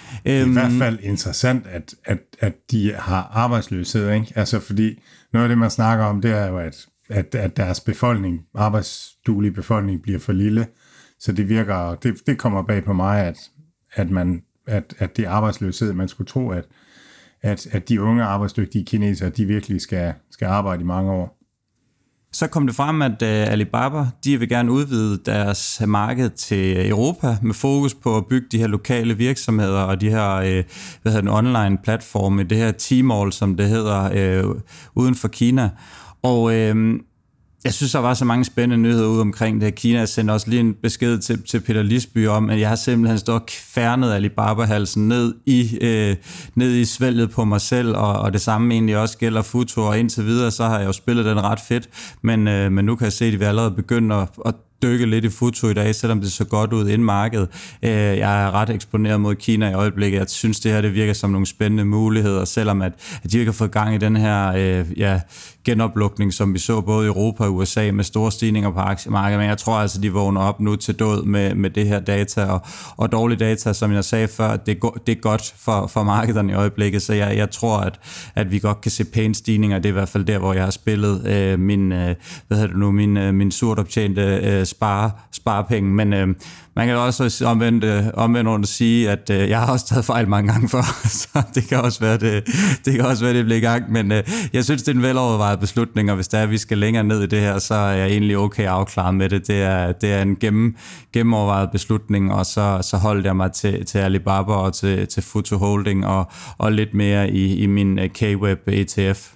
Det er i hvert fald interessant, at, at, at de har arbejdsløshed, ikke? Altså fordi noget af det, man snakker om, det er jo, at, at, at deres befolkning, arbejdsduelige befolkning, bliver for lille. Så det virker, det, det kommer bag på mig, at, at, man, at, at det er arbejdsløshed. Man skulle tro, at, at, at de unge arbejdsdygtige kinesere, de virkelig skal, skal arbejde i mange år. Så kom det frem, at uh, Alibaba, de vil gerne udvide deres marked til Europa med fokus på at bygge de her lokale virksomheder og de her uh, hvad hedder den, online platforme, det her Tmall, som det hedder, uh, uden for Kina. Og uh, jeg synes, der var så mange spændende nyheder ude omkring det. Kina sendte også lige en besked til, til Peter Lisby om, at jeg har simpelthen stået og kværnet Alibaba-halsen ned i, øh, ned i svælget på mig selv, og, og det samme egentlig også gælder Futu, og indtil videre, så har jeg jo spillet den ret fedt, men, øh, men nu kan jeg se, at vi allerede begynde at, at dykke lidt i Futu i dag, selvom det så godt ud inden markedet. Jeg er ret eksponeret mod Kina i øjeblikket. Jeg synes, det her det virker som nogle spændende muligheder, selvom at, at de ikke har fået gang i den her øh, ja, genoplukning, som vi så både i Europa og U S A med store stigninger på aktiemarkedet. Men jeg tror altså, de vågner op nu til død med, med det her data, og, og dårlige data, som jeg sagde før, det er, go- det er godt for, for markederne i øjeblikket, så jeg, jeg tror, at, at vi godt kan se pæne stigninger. Det er i hvert fald der, hvor jeg har spillet øh, min, øh, hvad hedder det nu, min, øh, min surt optjente øh, spare, sparepenge, men øh, man kan også omvendt, øh, omvendt rundt sige, at øh, jeg har også taget fejl mange gange før, så det kan også være, det, det kan også være, det bliver i gang, men øh, jeg synes, det er en velovervejet beslutning, og hvis der er, vi skal længere ned i det her, så er jeg egentlig okay afklaret med det. Det er, det er en gennem, gennemovervejet beslutning, og så, så holdt jeg mig til, til Alibaba og til, til Futu Holding, og, og lidt mere i, i min K-Web E T F.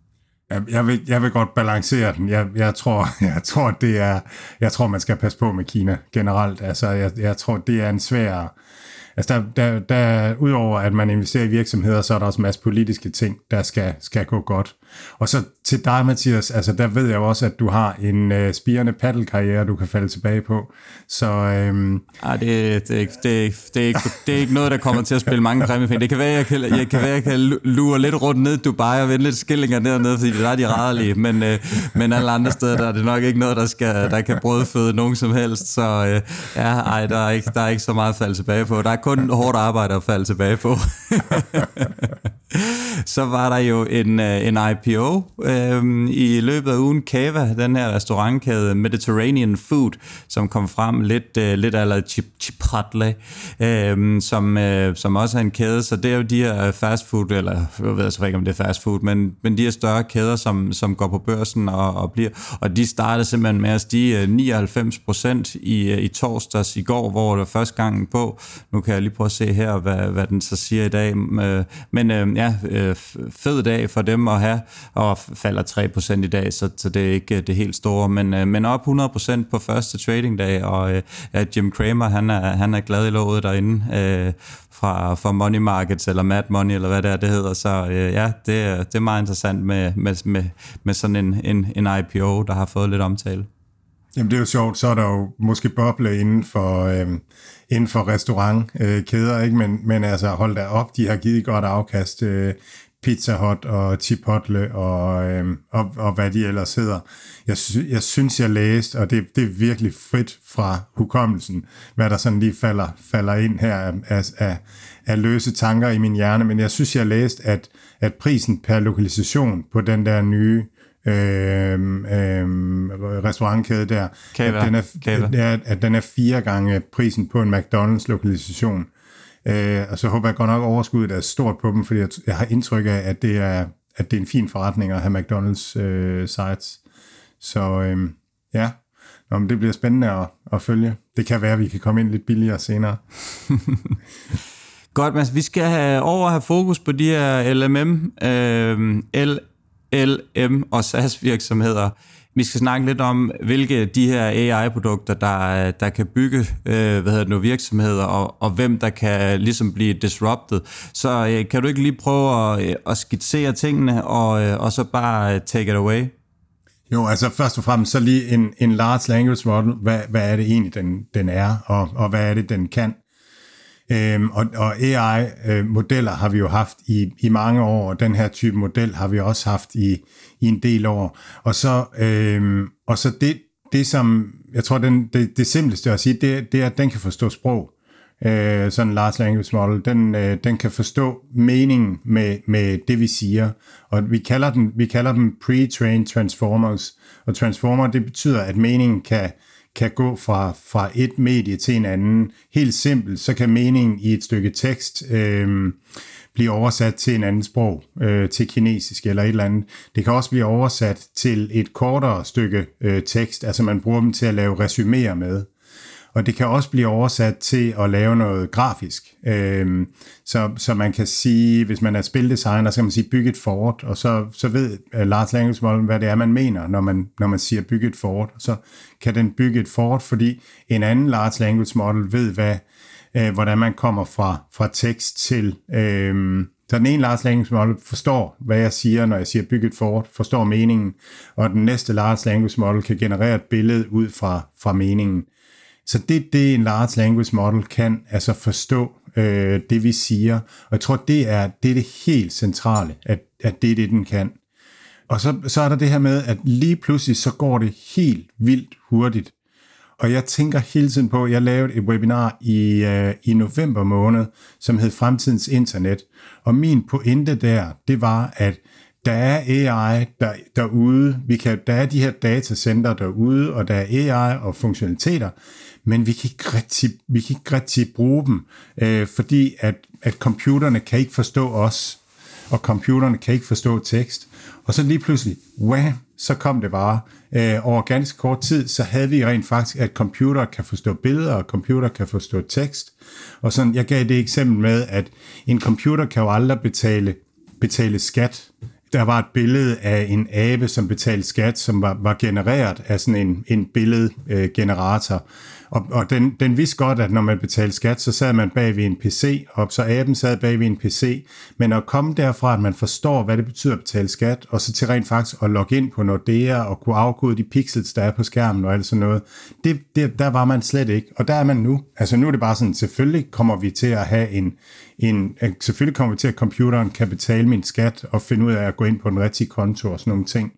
Jeg vil, jeg vil godt balancere den. Jeg, jeg, tror, jeg, tror, det er, jeg tror, man skal passe på med Kina generelt. Altså, jeg, jeg tror, det er en svær... Altså, der, der, der, udover at man investerer i virksomheder, så er der også en masse politiske ting, der skal, skal gå godt. Og så til dig, Mathias, altså, der ved jeg også, at du har en øh, spirende paddelkarriere, du kan falde tilbage på. Så, øhm... Ej, det, det, er ikke, det, er ikke, det, er ikke, det er ikke noget, der kommer til at spille mange præmiepenge. Det kan være, jeg kan, jeg kan, være, jeg kan lure lidt rundt ned i Dubai og vinde lidt skillinger dernede, fordi der er de rædelige. Men, øh, men alle andre steder, der er det nok ikke noget, der, skal, der kan brødføde nogen som helst. Så øh, ja, ej, der er, ikke, der er ikke så meget at falde tilbage på. Der er kun hårdt arbejde at falde tilbage på. Så var der jo en, en I P O øh, i løbet af ugen. Cava, den her restaurantkæde Mediterranean Food, som kom frem lidt, øh, lidt eller Chipotle, øh, som, øh, som også er en kæde. Så det er jo de her fast food, eller jeg ved altså ikke, om det er fast food, men, men de her større kæder, som, som går på børsen og, og bliver. Og de startede simpelthen med at stige nioghalvfems procent i, i torsdags i går, hvor det var første gang på. Nu kan jeg lige prøve at se her, hvad, hvad den så siger i dag. Men øh, ja, fed dag for dem at have, og falder tre procent i dag, så, så det er ikke det helt store, men, men op hundrede procent på første tradingdag, og ja, Jim Cramer, han er, han er glad i låget derinde, øh, fra, fra Money Markets, eller Mad Money, eller hvad det er, det hedder, så øh, ja, det er, det er meget interessant med, med, med, med sådan en, en, en I P O, der har fået lidt omtale. Jamen det er jo sjovt, så er der jo måske boble inden for, øh, inden for restaurantkæder, øh, ikke? Men, men altså hold da op, de har givet godt afkast, øh, Pizza Hut og Chipotle og, øh, og, og hvad de ellers hedder. Jeg, sy- jeg synes, jeg læste, og det, det er virkelig frit fra hukommelsen, hvad der sådan lige falder, falder ind her af, af, af løse tanker i min hjerne, men jeg synes, jeg læste, at, at prisen per lokalisation på den der nye Øhm, øhm, restaurantkæde der, Cava. At, den er, Cava. at, at den er fire gange prisen på en McDonald's lokalisation. Øh, og så håber jeg godt nok overskuddet er stort på dem, fordi jeg, jeg har indtryk af, at det er, at det er en fin forretning at have McDonald's øh, sites. Så øhm, ja, Nå, men det bliver spændende at, at følge. Det kan være, at vi kan komme ind lidt billigere senere. Godt, Mads. Vi skal have over have fokus på de her L M M, øh, L L M og SaaS virksomheder. Vi skal snakke lidt om, hvilke de her A I-produkter, der, der kan bygge øh, hvad hedder det nu, virksomheder, og, og hvem der kan ligesom blive disrupted. Så øh, kan du ikke lige prøve at, at skitsere tingene, og, øh, og så bare take it away? Jo, altså først og fremmest så lige en, en large language model. Hvad, hvad er det egentlig, den, den er, og, og hvad er det, den kan? Øhm, og, og A I-modeller har vi jo haft i, i mange år, og den her type model har vi også haft i, i en del år. Og så, øhm, og så det, det, som jeg tror, den, det, det simpleste at sige, det, det er, at den kan forstå sprog. øh, sådan en large language model, den, øh, den kan forstå meningen med, med det, vi siger. Og vi kalder, den, vi kalder dem pre-trained transformers. Og transformer, det betyder, at meningen kan, kan gå fra, fra et medie til en anden. Helt simpelt, så kan meningen i et stykke tekst øh, blive oversat til en anden sprog, øh, til kinesisk eller et eller andet. Det kan også blive oversat til et kortere stykke øh, tekst, altså man bruger dem til at lave resuméer med. Og det kan også blive oversat til at lave noget grafisk. Øhm, så, så man kan sige, hvis man er spildesigner, så kan man sige bygge et fort, og så, så ved uh, large language model, hvad det er, man mener, når man, når man siger bygge et fort. Og så kan den bygge et fort, fordi en anden large language model ved, hvad, uh, hvordan man kommer fra, fra tekst til... Øhm, så den ene large language model forstår, hvad jeg siger, når jeg siger bygge et fort, forstår meningen, og den næste large language model kan generere et billede ud fra, fra meningen. Så det det en large language model kan, altså forstå øh, det, vi siger. Og jeg tror, det er det, er det helt centrale, at, at det er det, den kan. Og så, så er der det her med, at lige pludselig, så går det helt vildt hurtigt. Og jeg tænker hele tiden på, jeg lavede et webinar i, øh, i november måned, som hed Fremtidens Internet. Og min pointe der, det var, at der er A I der, derude, vi kan, der er de her datacenter derude, og der er A I og funktionaliteter, men vi kan ikke rigtig, vi kan ikke rigtig bruge dem, øh, fordi at, at computerne kan ikke forstå os, og computerne kan ikke forstå tekst. Og så lige pludselig, wow, så kom det bare. Øh, over ganske kort tid, så havde vi rent faktisk, at computer kan forstå billeder, og computer kan forstå tekst. Og sådan, jeg gav det eksempel med, at en computer kan jo aldrig betale, betale skat. Der var et billede af en abe, som betalte skat, som var, var genereret af sådan en, en billedgenerator. Og, og den, den vidste godt, at når man betalte skat, så sad man bag ved en P C, og så aben sad bag ved en P C. Men at komme derfra, at man forstår, hvad det betyder at betale skat, og så til rent faktisk at logge ind på Nordea, og kunne afkode de pixels, der er på skærmen og alt sådan noget, det, det, der var man slet ikke. Og der er man nu. Altså nu er det bare sådan, selvfølgelig kommer vi til at have en, en selvfølgelig kommer vi til, at computeren kan betale min skat, og finde ud af at gå ind på den rigtige konto og sådan nogle ting.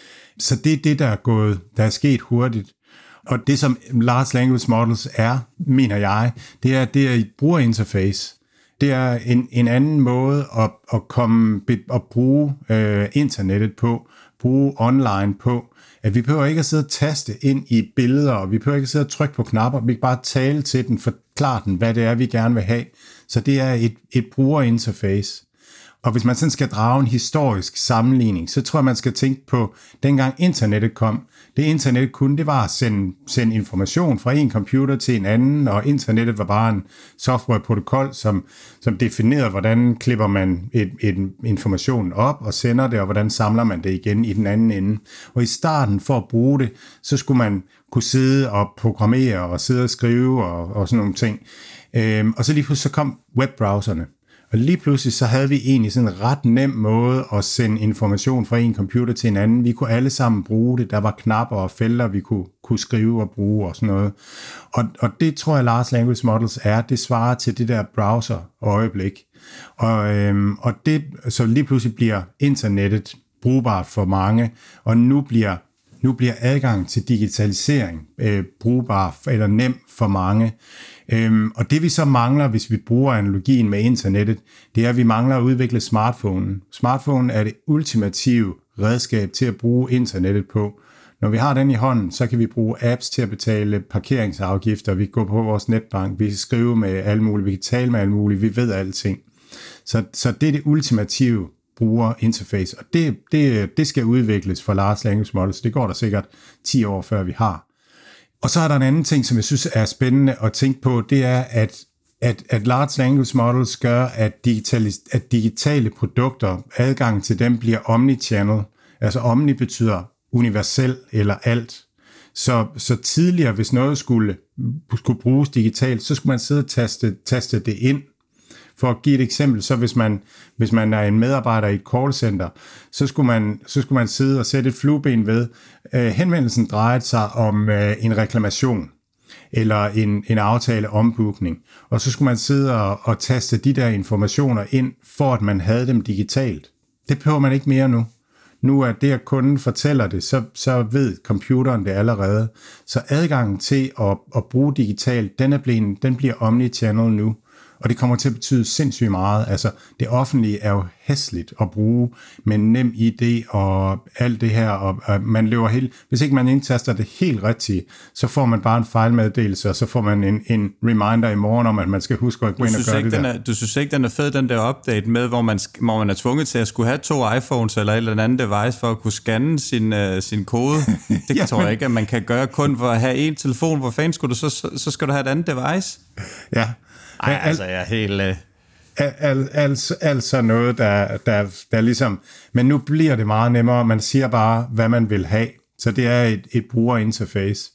Så det er det, der er gået, der er sket hurtigt. Og det, som large language models er, mener jeg, det er, det er et brugerinterface. Det er en, en anden måde at, at, komme, at bruge øh, internettet på, bruge online på. At vi behøver ikke at sidde og taste ind i billeder, og vi behøver ikke at sidde og trykke på knapper. Vi kan bare tale til den, forklare den, hvad det er, vi gerne vil have. Så det er et, et brugerinterface. Og hvis man sådan skal drage en historisk sammenligning, så tror jeg, man skal tænke på, dengang internettet kom. Det internettet kunne, det var at sende, sende information fra en computer til en anden, og internettet var bare en softwareprotokol, som, som definerede, hvordan klipper man et, et information op og sender det, og hvordan samler man det igen i den anden ende. Og i starten, for at bruge det, så skulle man kunne sidde og programmere og sidde og skrive og, og sådan nogle ting. Øhm, og så lige pludselig så kom webbrowserne. Og lige pludselig så havde vi egentlig sådan en ret nem måde at sende information fra en computer til en anden. Vi kunne alle sammen bruge det. Der var knapper og felter, vi kunne, kunne skrive og bruge og sådan noget. Og, og det tror jeg, large language models er. Det svarer til det der browser-øjeblik. Og, øhm, og det, så lige pludselig bliver internettet brugbart for mange, og nu bliver Nu bliver adgang til digitalisering øh, brugbar eller nem for mange. Øhm, og det vi så mangler, hvis vi bruger analogien med internettet, det er, at vi mangler at udvikle smartphonen. Smartphonen er det ultimative redskab til at bruge internettet på. Når vi har den i hånden, så kan vi bruge apps til at betale parkeringsafgifter. Vi kan gå på vores netbank, vi kan skrive med alle mulige, vi kan tale med alle mulige, vi ved alting. Så, så det er det ultimative brugerinterface, og det, det, det skal udvikles for large language models. Det går der sikkert ti år før vi har. Og så er der en anden ting, som jeg synes er spændende at tænke på, det er, at, at, at large language models gør, at digitale, at digitale produkter, adgang til dem bliver omnichannel. Altså omni betyder universel eller alt. Så, så tidligere, hvis noget skulle, skulle bruges digitalt, så skulle man sidde og taste, taste det ind. For at give et eksempel, så hvis man, hvis man er en medarbejder i et callcenter, så skulle man, så skulle man sidde og sætte et flueben ved. Øh, henvendelsen drejede sig om øh, en reklamation eller en, en aftale ombookning. Og så skulle man sidde og, og taste de der informationer ind, for at man havde dem digitalt. Det behøver man ikke mere nu. Nu er det, at kunden fortæller det, så, så ved computeren det allerede. Så adgangen til at, at bruge digitalt, den, er blevet, den bliver omnichannel nu. Og det kommer til at betyde sindssygt meget. Altså, det offentlige er jo hæsligt at bruge med nem I D og alt det her, og, og man løber helt... Hvis ikke man indtaster det helt rigtigt, så får man bare en fejlmeddelelse, og så får man en, en reminder i morgen om, at man skal huske at gå ind og gøre det der. Er, du synes ikke, den er fed, den der update med, hvor man, hvor man er tvunget til at skulle have to iPhones eller et eller andet device for at kunne scanne sin, uh, sin kode? Det ja, tror jeg ikke, at man kan gøre kun for at have en telefon. Hvor fanden skulle du så, så, så skal du have et andet device? Ja. Ej, altså, jeg er helt... Uh... Al, altså, altså noget, der, der, der ligesom... Men nu bliver det meget nemmere. Man siger bare, hvad man vil have. Så det er et, et brugerinterface.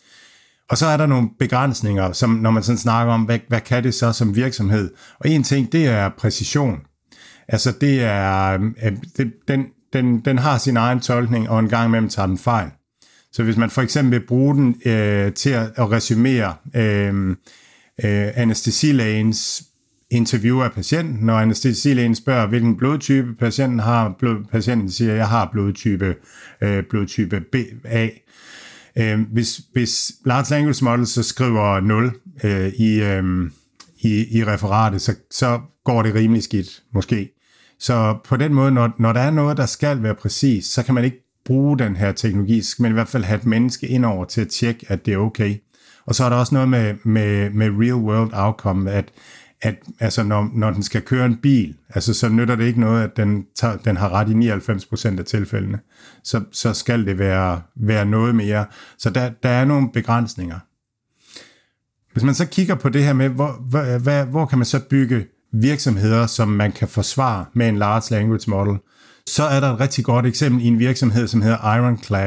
Og så er der nogle begrænsninger, som når man sådan snakker om, hvad, hvad kan det så som virksomhed? Og en ting, det er præcision. Altså, det er... Det, den, den, den har sin egen tolkning, og en gang imellem tager den fejl. Så hvis man for eksempel vil bruge den øh, til at, at resumere... Øh, Uh, anæstesilægens interview af patienten, når anæstesilægen spørger, hvilken blodtype patienten har, blod, patienten siger, at jeg har blodtype, uh, blodtype B A. Uh, hvis, hvis large language model så skriver nul uh, i, um, i, i referatet, så, så går det rimelig skidt, måske. Så på den måde, når, når der er noget, der skal være præcis, så kan man ikke bruge den her teknologi, så skal man i hvert fald have et menneske indover til at tjekke, at det er okay. Og så er der også noget med, med, med real world outcome, at, at altså når, når den skal køre en bil, altså så nytter det ikke noget, at den, tager, den har ret i nioghalvfems procent af tilfældene. Så, så skal det være, være noget mere. Så der, der er nogle begrænsninger. Hvis man så kigger på det her med, hvor, hvor, hvor, hvor kan man så bygge virksomheder, som man kan forsvare med en large language model, så er der et rigtig godt eksempel i en virksomhed, som hedder Ironclad.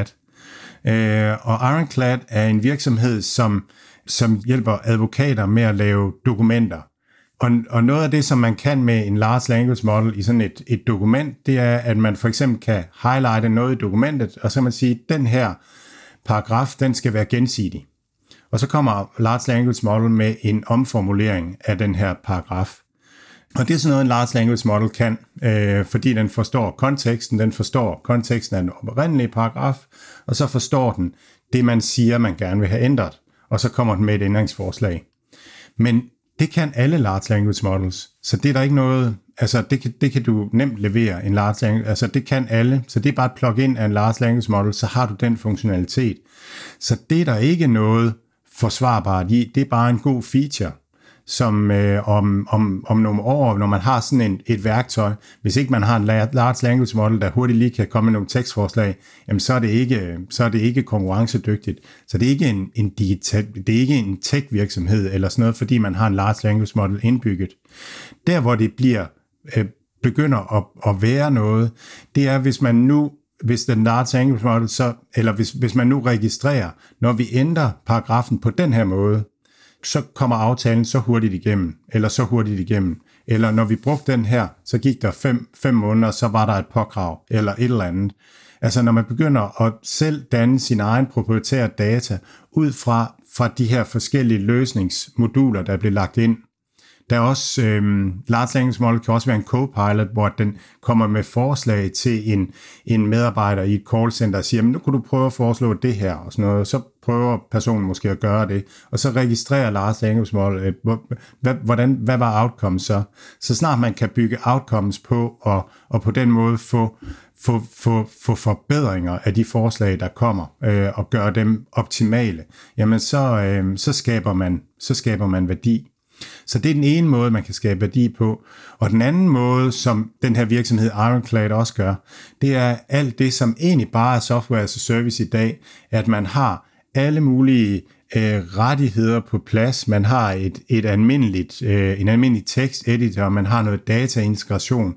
Uh, og Ironclad er en virksomhed, som, som hjælper advokater med at lave dokumenter. Og, og noget af det, som man kan med en large language model i sådan et, et dokument, det er, at man for eksempel kan highlighte noget i dokumentet, og så kan man sige, at den her paragraf, den skal være gensidig. Og så kommer large language model med en omformulering af den her paragraf. Og det er sådan noget, en large language model kan, øh, fordi den forstår konteksten, den forstår konteksten af den oprindelige paragraf, og så forstår den det, man siger, man gerne vil have ændret, og så kommer den med et ændringsforslag. Men det kan alle large language models, så det er der ikke noget, altså det kan, det kan du nemt levere, en large language, altså det kan alle, så det er bare et plug-in af en large language model, så har du den funktionalitet. Så det er der ikke noget forsvarbart i, det er bare en god feature, som øh, om, om, om nogle år, når man har sådan en, et værktøj, hvis ikke man har en large language model, der hurtigt lige kan komme med nogle tekstforslag, jamen så er det ikke, så er det ikke konkurrencedygtigt. Så det er ikke en, en digital, det er ikke en tech-virksomhed eller sådan noget, fordi man har en large language model indbygget. Der, hvor det bliver, øh, begynder at, at være noget, det er, hvis man nu hvis den large language model, så, eller hvis, hvis man nu registrerer, når vi ændrer paragrafen på den her måde, så kommer aftalen så hurtigt igennem, eller så hurtigt igennem. Eller når vi brugte den her, så gik der fem, fem måneder, så var der et påkrav, eller et eller andet. Altså når man begynder at selv danne sin egen proprietære data, ud fra, fra de her forskellige løsningsmoduler, der bliver lagt ind. Der er også, øhm, large language model kan også være en co-pilot, hvor den kommer med forslag til en, en medarbejder i et callcenter og siger, men nu kunne du prøve at foreslå det her, og sådan noget. Så prøver personen måske at gøre det, og så registrerer large language model, øh, hvordan, hvad var outcomes så? Så snart man kan bygge outcomes på, og, og på den måde få, få, få, få forbedringer af de forslag, der kommer, øh, og gøre dem optimale, jamen så, øh, så, skaber man, så skaber man værdi. Så det er den ene måde, man kan skabe værdi på. Og den anden måde, som den her virksomhed Ironclad også gør, det er alt det, som egentlig bare er software as a service i dag, at man har alle mulige øh, rettigheder på plads. Man har et, et almindeligt, øh, en almindelig teksteditor, man har noget dataintegration,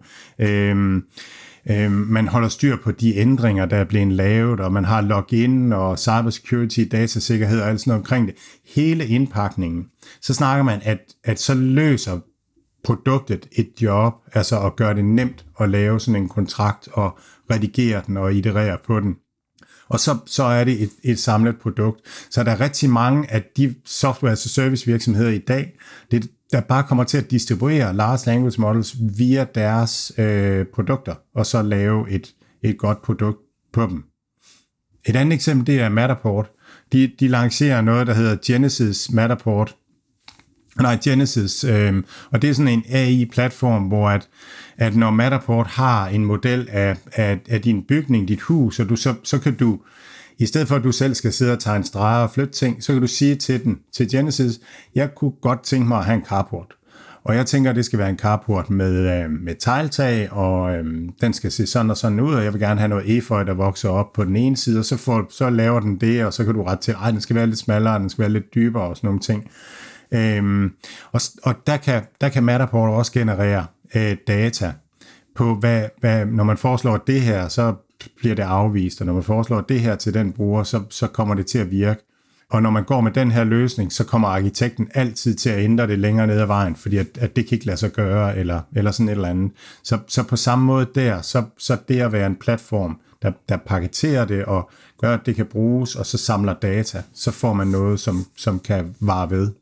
øh, øh, man holder styr på de ændringer, der er blevet lavet, og man har login og cybersecurity, datasikkerhed og alt sådan noget omkring det. Hele indpakningen. Så snakker man, at, at så løser produktet et job, altså at gøre det nemt at lave sådan en kontrakt og redigere den og iterere på den. Og så, så er det et, et samlet produkt. Så der er rigtig mange af de software as a service virksomheder i dag, det, der bare kommer til at distribuere large language models via deres øh, produkter, og så lave et, et godt produkt på dem. Et andet eksempel, det er Matterport. De, de lancerer noget, der hedder Genesis Matterport. Nej, Genesis. Øh, og det er sådan en A I-platform, hvor at, at når Matterport har en model af, af, af din bygning, dit hus, og du, så, så kan du, i stedet for at du selv skal sidde og tegne streger og flytte ting, så kan du sige til den, til Genesis, jeg kunne godt tænke mig at have en carport. Og jeg tænker, at det skal være en carport med, øh, med tegltag, og øh, den skal se sådan og sådan ud, og jeg vil gerne have noget efeu, der vokser op på den ene side, og så, får, så laver den det, og så kan du rette til, ej, den skal være lidt smallere, den skal være lidt dybere, og sådan nogle ting. Øhm, og og der, kan, der kan Matterport også generere øh, data på, hvad, hvad, når man foreslår det her, så bliver det afvist, og når man foreslår det her til den bruger, så, så kommer det til at virke. Og når man går med den her løsning, så kommer arkitekten altid til at ændre det længere ned ad vejen, fordi at, at det kan ikke lade sig gøre, eller, eller sådan et eller andet. Så, så på samme måde der, så, så det at være en platform, der, der paketerer det, og gør, at det kan bruges, og så samler data, så får man noget, som, som kan vare ved.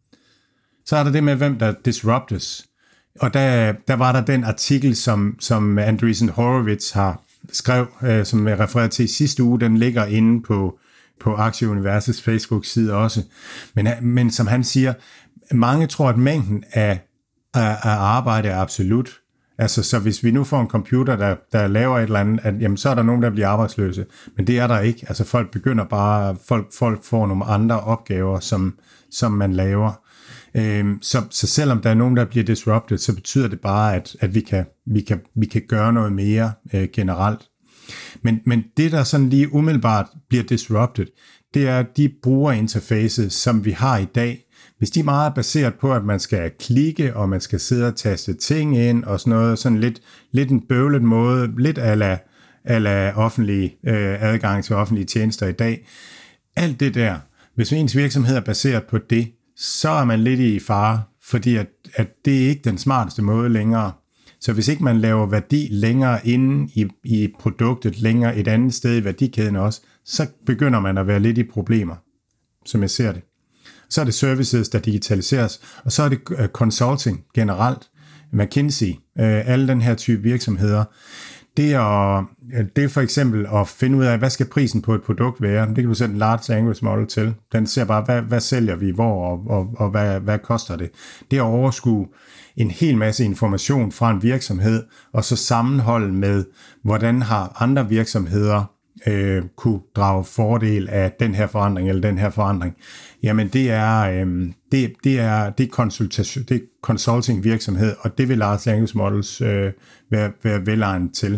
Så er der det med, hvem der disruptes. Og der, der var der den artikel, som, som Andreessen Horowitz har skrev, øh, som jeg refererede til i sidste uge, den ligger inde på, på Aktieuniversets Facebook-side også. Men, men som han siger, mange tror, at mængden af, af, af arbejde er absolut. Altså, så hvis vi nu får en computer, der, der laver et eller andet, at, jamen, så er der nogen, der bliver arbejdsløse. Men det er der ikke. Altså, folk begynder bare, folk, folk får nogle andre opgaver, som, som man laver. Øhm, så, så selvom der er nogen, der bliver disrupted, så betyder det bare, at, at vi, kan, vi, kan, vi kan gøre noget mere øh, generelt. Men, men det, der sådan lige umiddelbart bliver disrupted, det er de brugerinterfaces, som vi har i dag. Hvis de er meget baseret på, at man skal klikke, og man skal sidde og taste ting ind, og sådan noget, sådan lidt, lidt en bøvlet måde, lidt a la, a la offentlig øh, adgang til offentlige tjenester i dag. Alt det der, hvis ens virksomhed er baseret på det, så er man lidt i fare, fordi at, at det er ikke den smarteste måde længere. Så hvis ikke man laver værdi længere inde i, i produktet, længere et andet sted i værdikæden også, så begynder man at være lidt i problemer, som jeg ser det. Så er det services, der digitaliseres, og så er det consulting generelt, McKinsey, alle den her type virksomheder. Det er, det er for eksempel at finde ud af, hvad skal prisen på et produkt være. Det kan du sætte en large language model til. Den ser bare, hvad, hvad sælger vi, hvor, og, og, og hvad, hvad koster det. Det er at overskue en hel masse information fra en virksomhed, og så sammenholde med, hvordan har andre virksomheder øh, kunne drage fordel af den her forandring, eller den her forandring. Jamen det er, øh, det, det er, det er, konsultation, det er consulting virksomhed, og det vil large language models øh, være, være velegnet til.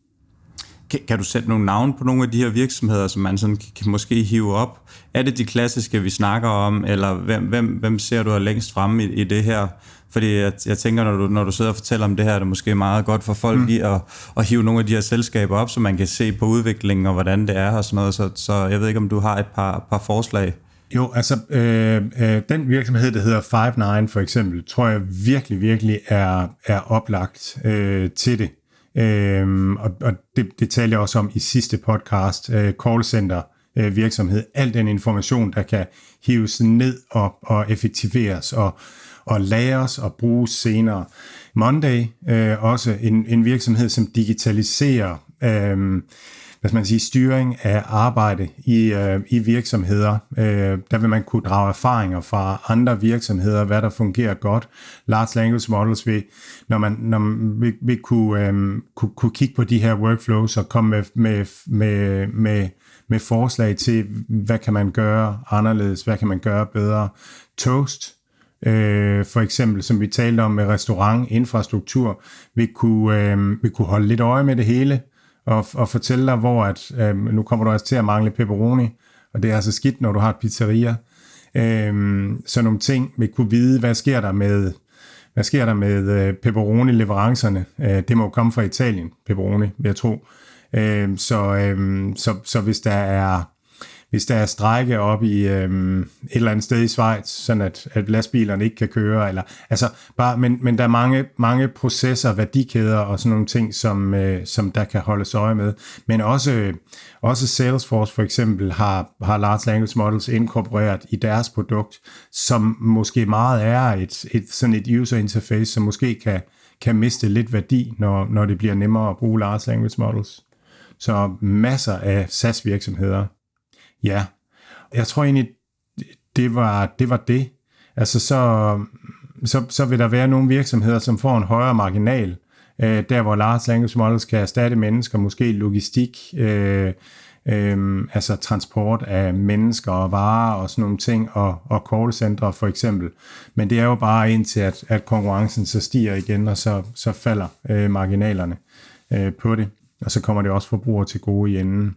Kan, kan du sætte nogle navne på nogle af de her virksomheder, som man sådan kan måske hive op? Er det de klassiske, vi snakker om, eller hvem, hvem, hvem ser du er længst fremme i, i det her? Fordi jeg, jeg tænker, når du, når du sidder og fortæller om det her, er det måske meget godt for folk mm. i at, at hive nogle af de her selskaber op, så man kan se på udviklingen og hvordan det er og sådan noget. Så, så jeg ved ikke, om du har et par, par forslag. Jo, altså øh, øh, den virksomhed, der hedder Five Nine for eksempel, tror jeg virkelig, virkelig er, er oplagt øh, til det. Øh, og og det, det talte jeg også om i sidste podcast, øh, callcenter øh, virksomhed. Al den information, der kan hives ned og, og effektiveres og, og lagres og bruges senere. Monday, øh, også en, en virksomhed, som digitaliserer øh, hvad skal man sige, styring af arbejde i, øh, i virksomheder. Øh, der vil man kunne drage erfaringer fra andre virksomheder, hvad der fungerer godt. Large language models vil, når man, når man vil, vil kunne, øh, kunne, kunne kigge på de her workflows og komme med, med, med, med, med forslag til, hvad kan man gøre anderledes, hvad kan man gøre bedre. Toast, øh, for eksempel, som vi talte om med restaurantinfrastruktur, vil kunne, øh, vil kunne holde lidt øje med det hele, Og, og fortælle dig, hvor at, øh, nu kommer du altså til at mangle pepperoni, og det er altså skidt, når du har et pizzeria. Øh, så nogle ting vil kunne vide, hvad sker der med, hvad sker der med øh, pepperoni-leverancerne. Øh, det må jo komme fra Italien, pepperoni, vil jeg tro. Øh, så, øh, så, så hvis der er hvis der er strejke op i øhm, et eller andet sted i Schweiz, sådan at, at lastbilerne ikke kan køre, eller, altså bare, men, men der er mange, mange processer, værdikæder og sådan nogle ting, som, øh, som der kan holdes øje med. Men også, også Salesforce for eksempel har, har large language models inkorporeret i deres produkt, som måske meget er et, et, sådan et user interface, som måske kan, kan miste lidt værdi, når, når det bliver nemmere at bruge large language models. Så masser af SaaS-virksomheder. Ja, jeg tror egentlig, det var det. Var det. Altså så, så, så vil der være nogle virksomheder, som får en højere marginal, øh, der hvor large language models kan erstatte mennesker, måske logistik, øh, øh, altså transport af mennesker og varer og sådan nogle ting, og, og callcentre for eksempel. Men det er jo bare indtil, at, at konkurrencen så stiger igen, og så, så falder øh, marginalerne øh, på det, og så kommer det også forbrugere til gode i enden.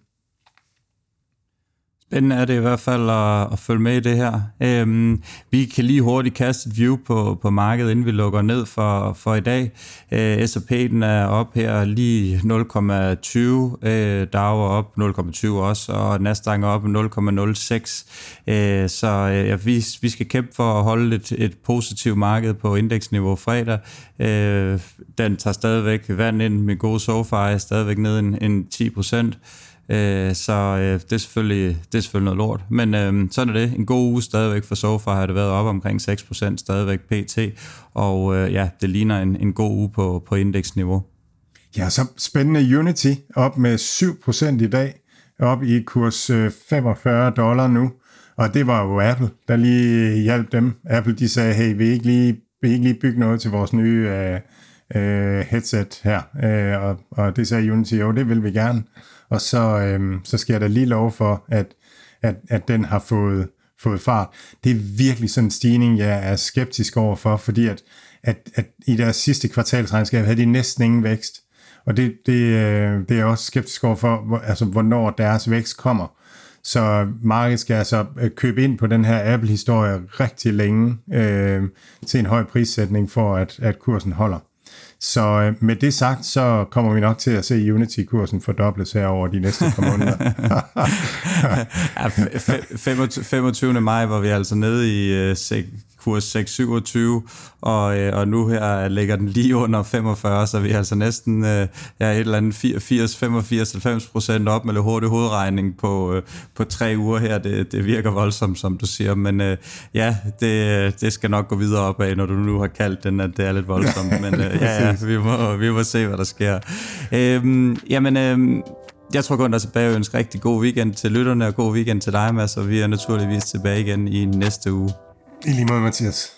Spændende er det i hvert fald at, at følge med i det her. Øhm, vi kan lige hurtigt kaste et view på, på markedet, inden vi lukker ned for, for i dag. Øh, S og P den er op her lige nul komma tyve, øh, Dow er op nul komma tyve også, og Nasdaq er op nul komma nul seks. Øh, så øh, ja, vi, vi skal kæmpe for at holde et, et positivt marked på indeksniveau fredag. Øh, den tager stadigvæk vand ind med gode SoFi, stadigvæk ned en, en ti procent. Øh, så øh, det, er selvfølgelig, det er selvfølgelig noget lort, men øh, sådan er det. En god uge stadigvæk for SoFi, har det været op omkring seks procent stadigvæk pt, og øh, ja, det ligner en, en god uge på, på indeksniveau. Ja, så spændende. Unity op med syv procent i dag, op i kurs øh, femogfyrre dollar nu, og det var jo Apple, der lige hjalp dem. Apple, de sagde, hey, vi ikke lige, vi ikke lige bygge noget til vores nye øh, øh, headset her, øh, og, og det sagde Unity, jo, det vil vi gerne. Og så, øhm, så skal jeg da lige love for, at, at, at den har fået, fået fart. Det er virkelig sådan en stigning, jeg er skeptisk overfor, fordi at, at, at i deres sidste kvartalsregnskab havde de næsten ingen vækst. Og det, det, øh, det er jeg også skeptisk overfor, hvor, altså, hvornår deres vækst kommer. Så markedet skal altså købe ind på den her Apple-historie rigtig længe øh, til en høj prissætning for, at, at kursen holder. Så med det sagt, så kommer vi nok til at se Unity-kursen fordobles her over de næste par måneder. ja, femogtyvende maj var vi altså nede i uh, kurs seks syvogtyve, og, uh, og nu her ligger den lige under femogfyrre, så vi er altså næsten uh, ja, et eller andet firs, femogfirs, halvfems procent op med lidt hurtig hovedregning på, uh, på tre uger her. Det, det virker voldsomt, som du siger, men uh, ja, det, det skal nok gå videre opad, når du nu har kaldt den, at det er lidt voldsomt, men uh, ja, ja, vi må, vi må se, hvad der sker. Øhm, jamen, øhm, jeg tror kun, der er tilbage og ønsker rigtig god weekend til lytterne, og god weekend til dig, Mads, og vi er naturligvis tilbage igen i næste uge. I lige måde, Mathias.